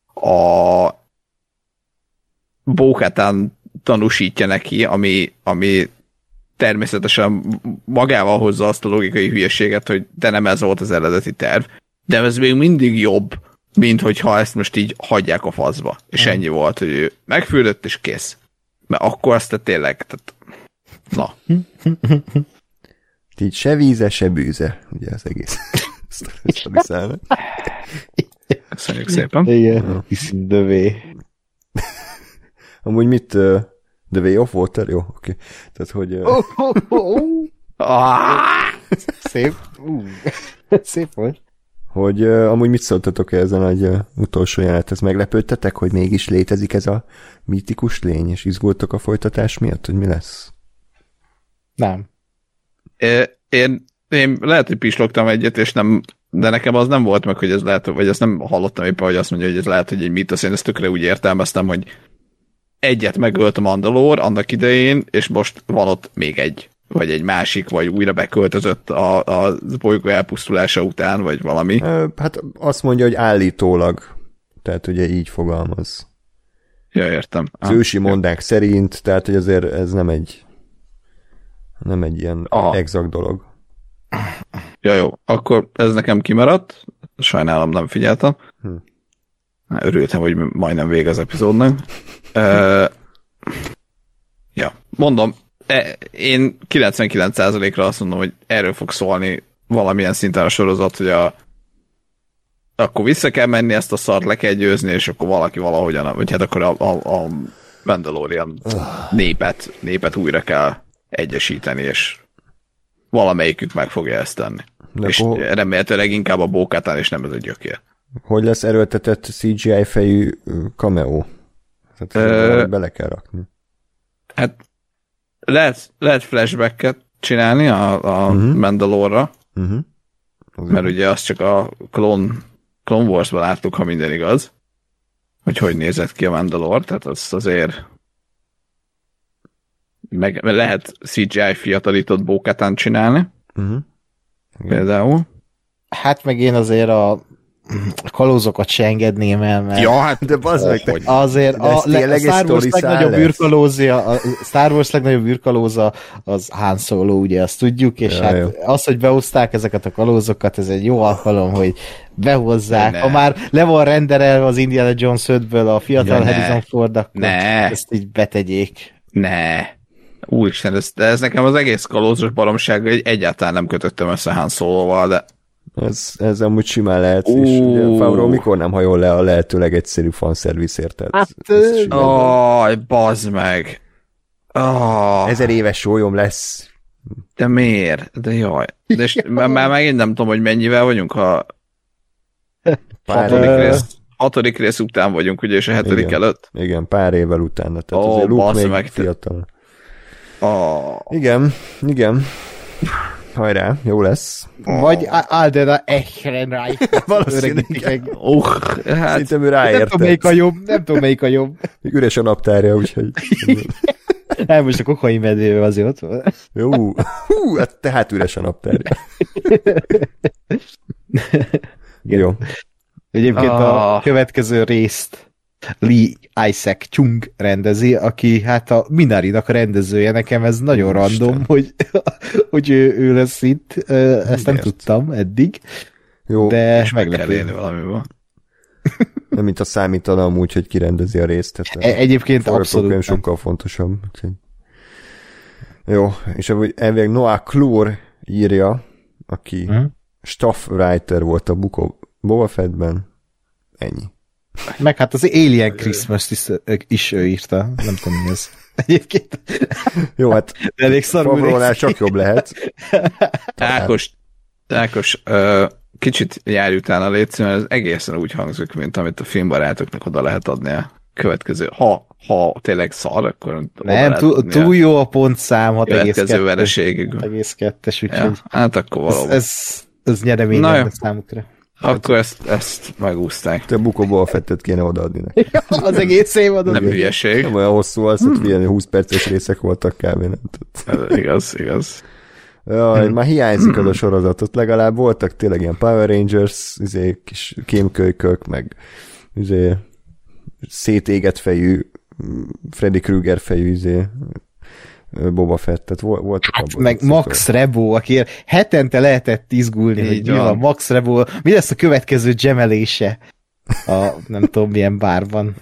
Bo-Katan tanúsítja neki, ami természetesen magával hozza azt a logikai hülyeséget, hogy de nem ez volt az eredeti terv. De ez még mindig jobb, mint hogyha ezt most így hagyják a faszba. És ennyi volt, hogy ő megfürdött és kész. Mert akkor azt tényleg, na. Így se víze, se bűze, ugye az egész. Ezt a viszállnak. Köszönjük szépen. Igen, hiszen dövé. Amúgy mit... The Way of Water? Jó, oké. Tehát, hogy... Szép. Szép volt. Hogy amúgy mit szóltatok ezen egy utolsó jelenethez? Meglepődtetek, hogy mégis létezik ez a mítikus lény, és izgultok a folytatás miatt, hogy mi lesz? Nem. Én lehet, hogy pislogtam egyet, és nem, de nekem az nem volt meg, hogy ez lehet, vagy ezt nem hallottam éppen, hogy azt mondja, hogy ez lehet, hogy egy mítosz. Én ezt tökre úgy értelmeztem, hogy egyet megölt a Mandalore annak idején, és most van ott még egy, vagy egy másik, vagy újra beköltözött a bolygó elpusztulása után, vagy valami. Hát azt mondja, hogy állítólag. Tehát ugye így fogalmaz. Ja, értem. Az ősi mondák szerint, tehát hogy azért ez nem egy ilyen exakt dolog. Ja, jó. Akkor ez nekem kimaradt. Sajnálom, nem figyeltem. Örültem, hogy majdnem vége az epizódnak. Ja, mondom, én 99%-ra azt mondom, hogy erről fog szólni valamilyen szinten a sorozat, hogy akkor vissza kell menni, ezt a szart le kell győzni, és akkor valaki valahogyan, vagy hát akkor a Mandalorian népet újra kell egyesíteni, és valamelyikük meg fogja ezt tenni. De és remélhetőleg inkább a Bo-Katan, és nem ez a gyökér. Hogy lesz erőltetett CGI fejű cameo? Tehát bele kell rakni. Hát lehet flashback-et csinálni a Mandalore-ra, mert ugye azt csak a Clone Wars-ban láttuk, ha minden igaz, hogy nézett ki a Mandalore, tehát azt azért meg lehet CGI fiatalított Bo-Katan csinálni. Például. Hát meg én azért a kalózokat se engedném el, mert... Ja, hát de bazd meg, azért a Star Wars legnagyobb űrkalóza az Han Solo, ugye, azt tudjuk, és hát jó. Az, hogy behozták ezeket a kalózokat, ez egy jó alkalom, hogy behozzák. Ha már le van renderelve az Indiana Jones 5-ből a fiatal Harrison Ford, akkor ezt így betegyék. Úristen, ez nekem az egész kalózos baromság, hogy egyáltalán nem kötöttem össze Han Solo-val, de ez amúgy simán lehet, és ugye Favreau mikor nem hajol le a lehető legegyszerűbb fanszerviszért. Bazd meg! 1000 éves sólyom lesz. De miért? De jaj. De már megint nem tudom, hogy mennyivel vagyunk, ha hatodik rész után vagyunk, ugye, és a 7. előtt. Igen, pár évvel utána. Tehát azért Luke még fiatal. Igen. Hajrá, jó lesz. Vagy Aldera Ehrenreich. Valószínűleg. Hát, szerintem ő ráértett. Nem tudom, melyik a jobb. Üres a naptárja, úgyhogy... Nem, most a kokai medvével azért ott van. Jó. Hát tehát üres a naptárja. Jó. Egyébként a következő részt Lee Isaac Chung rendezi, aki hát a Minarinak a rendezője. Nekem ez nagyon random, hogy ő lesz itt. Ezt nem tudtam eddig. Jó, de meglepő. Valamiból. Nem, mint a számítana amúgy, hogy kirendezi a részt. Egyébként abszolút sokkal fontosabb. Jó, és elvileg Noah Clure írja, aki staff writer volt a Book of Boba Fettben. Ennyi. Meg hát az Alien Christmas-t is ő írta. Nem tudom, mi ez. Egyébként. Jó, hát Favreaunál csak jobb lehet. Ákos, kicsit járj utána létsz, mert ez egészen úgy hangzik, mint amit a filmbarátoknak oda lehet adni a következő. Ha tényleg szar, akkor nem, túl jó a pontszám, 6,2. 6,2-es, úgyhogy... Ja, hát akkor valóban. Ez nyeremény lenne számukra. Akkor ezt megúszták. Te Book of Boba Fettet kéne odaadni neki. Az egész évadon. Nem hülyeség. Nem olyan hosszú, azt hogy 20 perces részek voltak kb. Nem igaz. Jaj, már hiányzik az a sorozatot. Legalább voltak tényleg ilyen Power Rangers, kis kémkölykök, meg szétégett fejű, Freddy Krueger fejű Boba Fett, tehát voltak abban. Meg Max Rebo, aki hetente lehetett izgulni, hogy mi van Max Rebo, mi lesz a következő gemelése a nem tudom milyen bárban.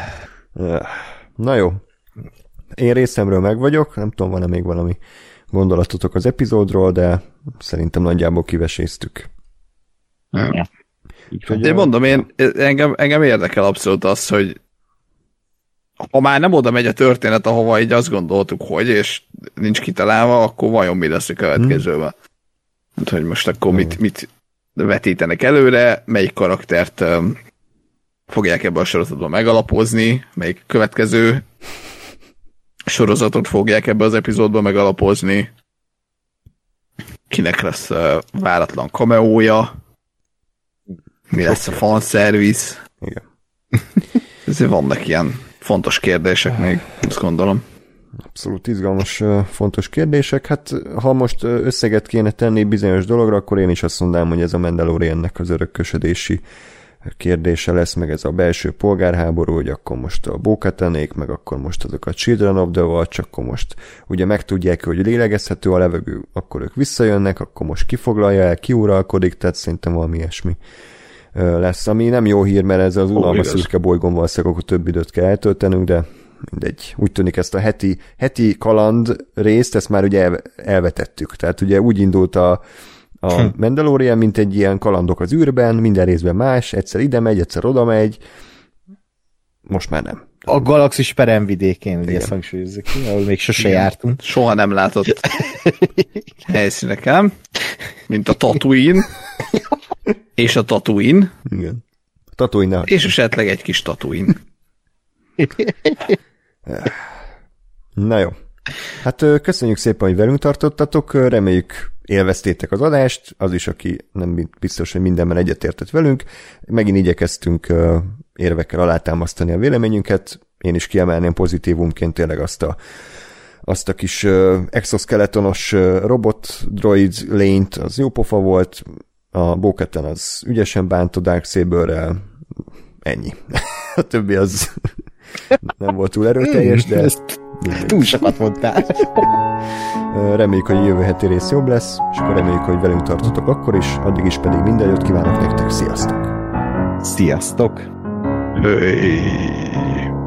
Na jó. Én részemről meg vagyok, nem tudom, van-e még valami gondolatotok az epizódról, de szerintem nagyjából kiveséztük. Ja. Én mondom, engem érdekel abszolút az, hogy ha már nem oda megy a történet, ahova így azt gondoltuk, hogy, és nincs kitalálva, akkor vajon mi lesz a következőben. hogy most akkor mit vetítenek előre, melyik karaktert fogják ebbe a sorozatban megalapozni, melyik következő sorozatot fogják ebbe az epizódban megalapozni, kinek lesz váratlan cameója, mi lesz a fanservice. Igen. Ezért vannak ilyen fontos kérdések még, azt gondolom. Abszolút izgalmas, fontos kérdések. Hát, ha most összeget kéne tenni bizonyos dologra, akkor én is azt mondanám, hogy ez a Mandaloriannek az örökkösödési kérdése lesz, meg ez a belső polgárháború, hogy akkor most a Bo-Katanék, meg akkor most azok a Children of the Watch, akkor most ugye megtudják, hogy lélegezhető a levegő, akkor ők visszajönnek, akkor most kifoglalja el, kiuralkodik, tehát szerintem valami ilyesmi lesz, ami nem jó hír, mert ez az unalmas szürke bolygón valószínűleg akkor több időt kell eltöltenünk, de mindegy. Úgy tűnik ezt a heti kaland részt, ezt már ugye elvetettük. Tehát ugye úgy indult a Mandalorian, mint egy ilyen kalandok az űrben, minden részben más, egyszer ide megy, egyszer oda megy. Most már nem. A galaxis peremvidékén, ugye ezt hangsúlyozzuk ki, ahol még sose jártunk. Soha nem látott helyszíneken, mint a Tatooine, és a Tatooine. Igen. A Tatooine. És esetleg egy kis Tatooine. Na jó. Hát köszönjük szépen, hogy velünk tartottatok, reméljük élveztétek az adást, az is, aki nem biztos, hogy mindenben egyetértett velünk. Megint igyekeztünk érvekkel alátámasztani a véleményünket. Én is kiemelném pozitívumként tényleg azt a kis exoskeletonos robot droid lényt, az jó pofa volt, a Bo-Katan az ügyesen bánt a Darksaberrel, ennyi. A többi az nem volt túl erőteljes, de túl sokat mondtál. Reméljük, hogy a jövő heti rész jobb lesz, és akkor reméljük, hogy velünk tartotok akkor is, addig is pedig minden jót kívánok nektek, sziasztok! Sziasztok! Hey.